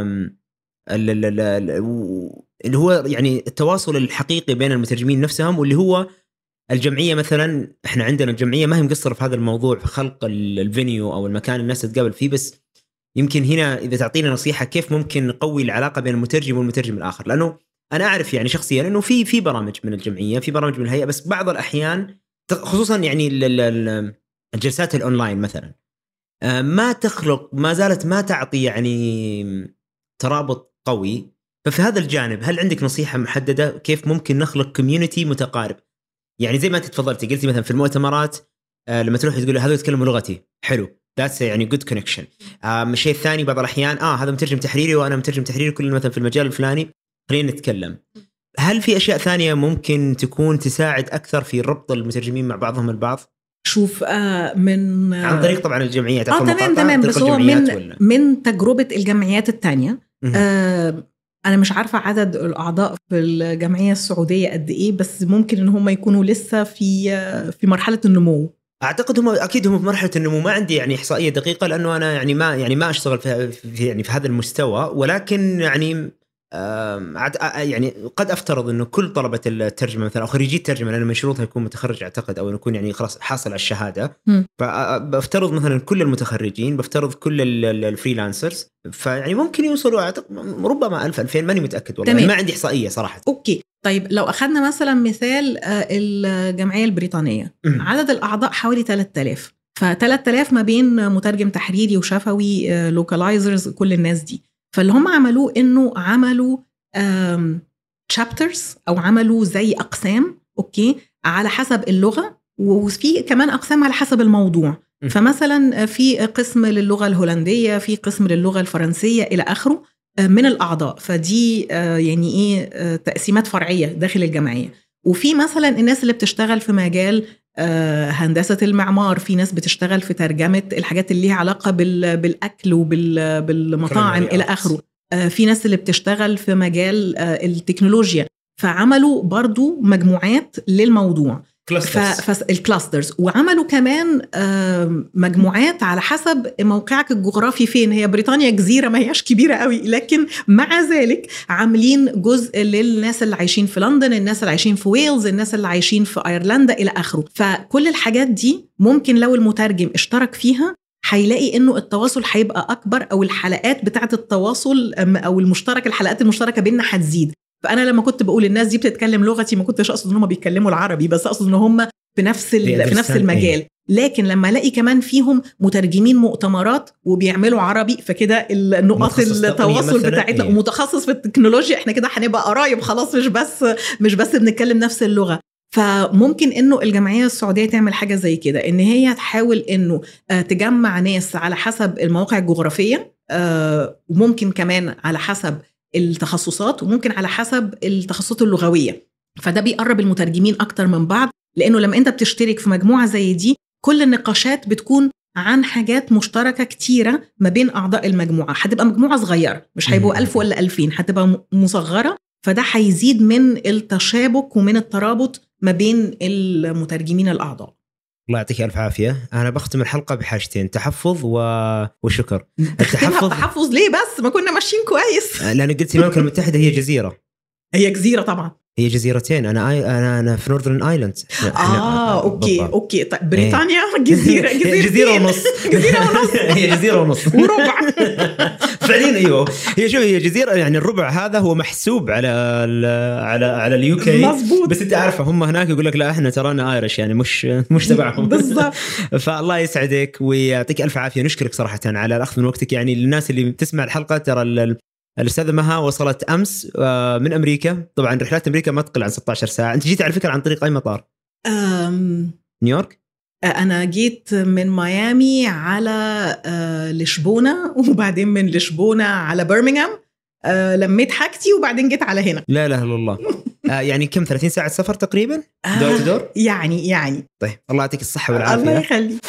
اللي هو يعني التواصل الحقيقي بين المترجمين نفسهم، واللي هو الجمعية مثلا. احنا عندنا الجمعية ما هي مقصرة في هذا الموضوع في خلق الفينيو او المكان الناس تتقابل فيه، بس يمكن هنا اذا تعطينا نصيحة كيف ممكن نقوي العلاقة بين المترجم والمترجم الاخر. لانه انا اعرف يعني شخصيا انه في في برامج من الجمعية، في برامج من الهيئة، بس بعض الاحيان خصوصا يعني الجلسات الاونلاين مثلا ما تخلق، ما زالت ما تعطي يعني ترابط قوي. ففي هذا الجانب هل عندك نصيحة محددة كيف ممكن نخلق كوميونتي متقارب؟ يعني زي ما انت تفضلتي قلتي مثلا في المؤتمرات آه لما تروح تقول هذا يتكلم لغتي، حلو، ذاتس يعني جود كونكشن. الشيء الثاني بعض الاحيان اه هذا مترجم تحريري وانا مترجم تحريري، كلنا مثلا في المجال الفلاني، خلينا نتكلم. هل في اشياء ثانيه ممكن تكون تساعد اكثر في ربط المترجمين مع بعضهم البعض؟ شوف آه من آه عن طريق طبعا الجمعيات. اه تمام تمام بس هو من ولا؟ من تجربه الجمعيات الثانيه آه أنا مش عارفة عدد الأعضاء في الجمعية السعودية قد إيه، بس ممكن إن هم يكونوا لسه في في مرحلة النمو. أعتقد هم أكيد هم في مرحلة النمو. ما عندي يعني إحصائية دقيقة لأنه أنا يعني ما يعني ما أشتغل في, في يعني في هذا المستوى، ولكن يعني يعني قد أفترض إنه كل طلبة الترجمة مثلا أو خريجي الترجمة، لأن من شروطها يكون متخرج أعتقد أو يكون يعني خلاص حاصل على الشهادة، فبفترض مثلا كل المتخرجين، بفترض كل الفريلانسرز، فيعني ممكن يوصلوا أعتقد ربما ألف ألفين، ماني متأكد والله. يعني ما عندي إحصائية صراحة. أوكي طيب لو أخذنا مثلا مثال الجمعية البريطانية م. عدد الأعضاء حوالي ثلاثة آلاف، فثلاثة آلاف ما بين مترجم تحريري وشفوي لوكالايزرز كل الناس دي. فاللي هم عملوه إنه عملوا chapters أو عملوا زي أقسام أوكي على حسب اللغة، وفي كمان أقسام على حسب الموضوع. فمثلا في قسم للغة الهولندية، في قسم للغة الفرنسية إلى آخره. من الأعضاء، فدي يعني إيه تقسيمات فرعية داخل الجمعية. وفي مثلا الناس اللي بتشتغل في مجال هندسة المعمار، في ناس بتشتغل في ترجمة الحاجات اللي ليها علاقة بالأكل وبالمطاعم إلى آخره، في ناس اللي بتشتغل في مجال التكنولوجيا، فعملوا برضو مجموعات للموضوع الكلاسترز، وعملوا كمان مجموعات على حسب موقعك الجغرافي فين. هي بريطانيا جزيرة ما هياش كبيرة قوي، لكن مع ذلك عاملين جزء للناس اللي عايشين في لندن، الناس اللي عايشين في ويلز، الناس اللي عايشين في أيرلندا إلى آخره. فكل الحاجات دي ممكن لو المترجم اشترك فيها هيلاقي انه التواصل هيبقى اكبر، او الحلقات بتاعه التواصل او المشترك الحلقات المشتركه بيننا هتزيد. فانا لما كنت بقول الناس دي بتتكلم لغتي ما كنتش اقصد ان هم بيتكلموا العربي بس، اقصد ان هم في نفس في نفس المجال. لكن لما الاقي كمان فيهم مترجمين مؤتمرات وبيعملوا عربي، فكده النقاط التواصل بتاعتنا إيه؟ ومتخصص في التكنولوجيا، احنا كده هنبقى قرايب خلاص، مش بس مش بس بنتكلم نفس اللغه. فممكن انه الجمعيه السعوديه تعمل حاجه زي كده، ان هي تحاول انه تجمع ناس على حسب المواقع الجغرافيه، وممكن كمان على حسب التخصصات، وممكن على حسب التخصصات اللغويه. فده بيقرب المترجمين اكتر من بعض، لانه لما انت بتشترك في مجموعه زي دي كل النقاشات بتكون عن حاجات مشتركه كتيره ما بين اعضاء المجموعه. هتبقى مجموعه صغيره، مش هيبقوا ألف ولا ألفين، هتبقى مصغره، فده هيزيد من التشابك ومن الترابط ما بين المترجمين الأعضاء. الله يعطيك ألف عافية. أنا بختم الحلقة بحاجتين، تحفظ و... وشكر. التحفظ تحفظ ليه بس؟ ما كنا ماشيين كويس. لأن قلت المملكة المتحدة هي جزيرة. هي جزيرة طبعا، هي جزيرتين. أنا آي... أنا أنا في نورذرن آيلاند. آه أوكي بالضبط. أوكي طيب بريطانيا جزيرة جزيرة جزيرة ونص جزيرة ونص هي جزيرة ونص وربع فعليا. أيوه هي شو هي جزيرة، يعني الربع هذا هو محسوب على ال على على اليوكي، بس أنت عارفة هم هناك يقول لك لا إحنا ترانا آيرش، يعني مش مش تبعهم بالضبط. فالله يسعدك ويعطيك ألف عافية. نشكرك صراحة على الأخذ من وقتك. يعني للناس اللي تسمع الحلقة، ترى الأستاذة مها وصلت أمس من أمريكا. طبعا رحلات أمريكا ما تقل عن ستة عشر ساعة. أنت جيت على فكرة عن طريق أي مطار؟ أم... نيويورك؟ أنا جيت من ميامي على لشبونة، وبعدين من لشبونة على برمنغهام، لميت حاجتي وبعدين جيت على هنا. لا لا لا الله آه يعني كم ثلاثين ساعة سفر تقريبا دور تدور؟ آه يعني يعني طيب الله يعطيك الصحة والعافية. الله يخليك.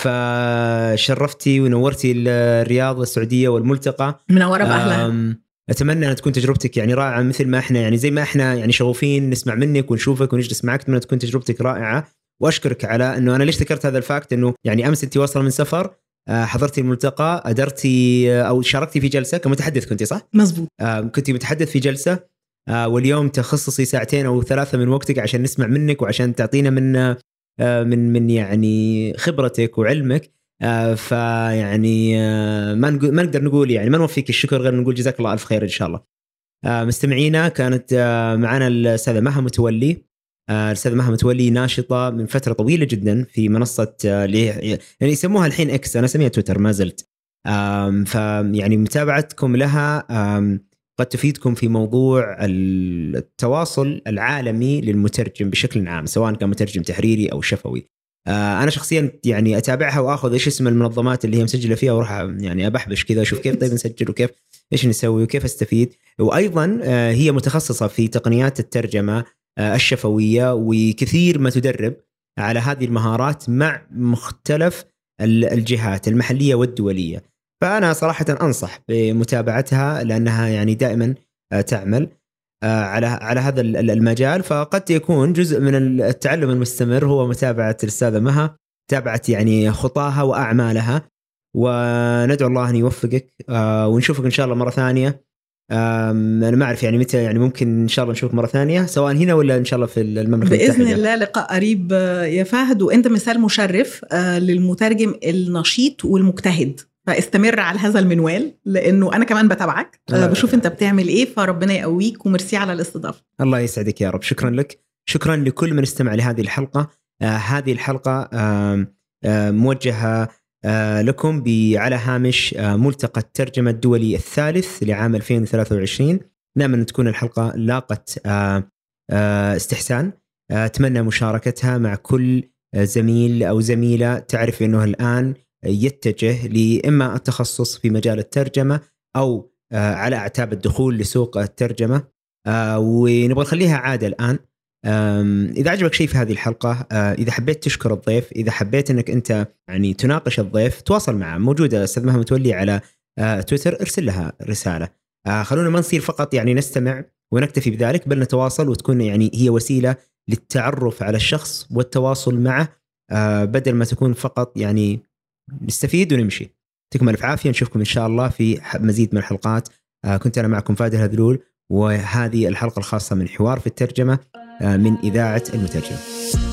فشرفتي ونورتي الرياض والسعودية والملتقى. منورة بأهلها. أتمنى أن تكون تجربتك يعني رائعة، مثل ما إحنا يعني زي ما إحنا يعني شغوفين نسمع منك ونشوفك ونجلس معك. أتمنى تكون تجربتك رائعة، وأشكرك على أنه أنا ليش ذكرت هذا الفاكت، أنه يعني أمس أنت واصلة من سفر، حضرتي الملتقى، أدرتي أو شاركتي في جلسة كمتحدث، كنتي صح؟ مزبوط. كنتي متحدث في جلسة، واليوم تخصصي ساعتين أو ثلاثة من وقتك عشان نسمع منك وعشان تعطينا من من من يعني خبرتك وعلمك. فيعني ما ما نقدر نقول يعني ما نوفيك الشكر غير نقول جزاك الله ألف خير إن شاء الله. مستمعينا، كانت معنا الأستاذة مها متولي. الأستاذة مها متولي ناشطة من فترة طويلة جدا في منصة يعني يسموها الحين إكس، أنا سميها تويتر ما زلت. فيعني متابعتكم لها قد تفيدكم في موضوع التواصل العالمي للمترجم بشكل عام، سواء كان مترجم تحريري أو شفوي. أنا شخصيا يعني أتابعها وأخذ إيش اسم المنظمات اللي هي مسجلة فيها، وراح يعني أبحبش كذا أشوف كيف طيب نسجل وكيف إيش نسوي وكيف أستفيد. وأيضا هي متخصصة في تقنيات الترجمة الشفوية، وكثير ما تدرب على هذه المهارات مع مختلف الجهات المحلية والدولية. فأنا صراحة أنصح بمتابعتها، لأنها يعني دائما تعمل على على هذا المجال. فقد يكون جزء من التعلم المستمر هو متابعة الأستاذة مها، متابعة يعني خطاها وأعمالها، وندعو الله أن يوفقك ونشوفك إن شاء الله مرة ثانية. أنا ما أعرف يعني متى، يعني ممكن إن شاء الله نشوف مرة ثانية سواء هنا ولا إن شاء الله في المملكة بإذن المتحدة. الله لقاء قريب يا فهد، وأنت مثال مشرف للمترجم النشيط والمجتهد، فاستمر على هذا المنوال، لأنه أنا كمان بتابعك بشوف أنت بتعمل إيه، فربنا يقويك ومرسي على الاستضافة. الله يسعدك يا رب. شكرا لك، شكرا لكل من استمع لهذه الحلقة. آه هذه الحلقة آه آه موجهة آه لكم على هامش آه ملتقى الترجمة الدولي الثالث لعام ألفين وثلاثة وعشرين. نأمل أن تكون الحلقة لاقت آه آه استحسان. آه أتمنى مشاركتها مع كل آه زميل أو زميلة تعرف أنه الآن يتجه لإما التخصص في مجال الترجمة أو على أعتاب الدخول لسوق الترجمة، ونبغى نخليها عادة الآن. إذا عجبك شيء في هذه الحلقة، إذا حبيت تشكر الضيف، إذا حبيت أنك أنت يعني تناقش الضيف، تواصل معه. موجودة أستاذ مها متولي على تويتر، ارسل لها رسالة. خلونا ما نصير فقط يعني نستمع ونكتفي بذلك، بل نتواصل، وتكون يعني هي وسيلة للتعرف على الشخص والتواصل معه، بدل ما تكون فقط يعني نستفيد ونمشي. يعطيكم الف عافيه، نشوفكم ان شاء الله في مزيد من الحلقات. كنت انا معكم فهد الهذلول، وهذه الحلقه الخاصه من حوار في الترجمه من اذاعه المترجم.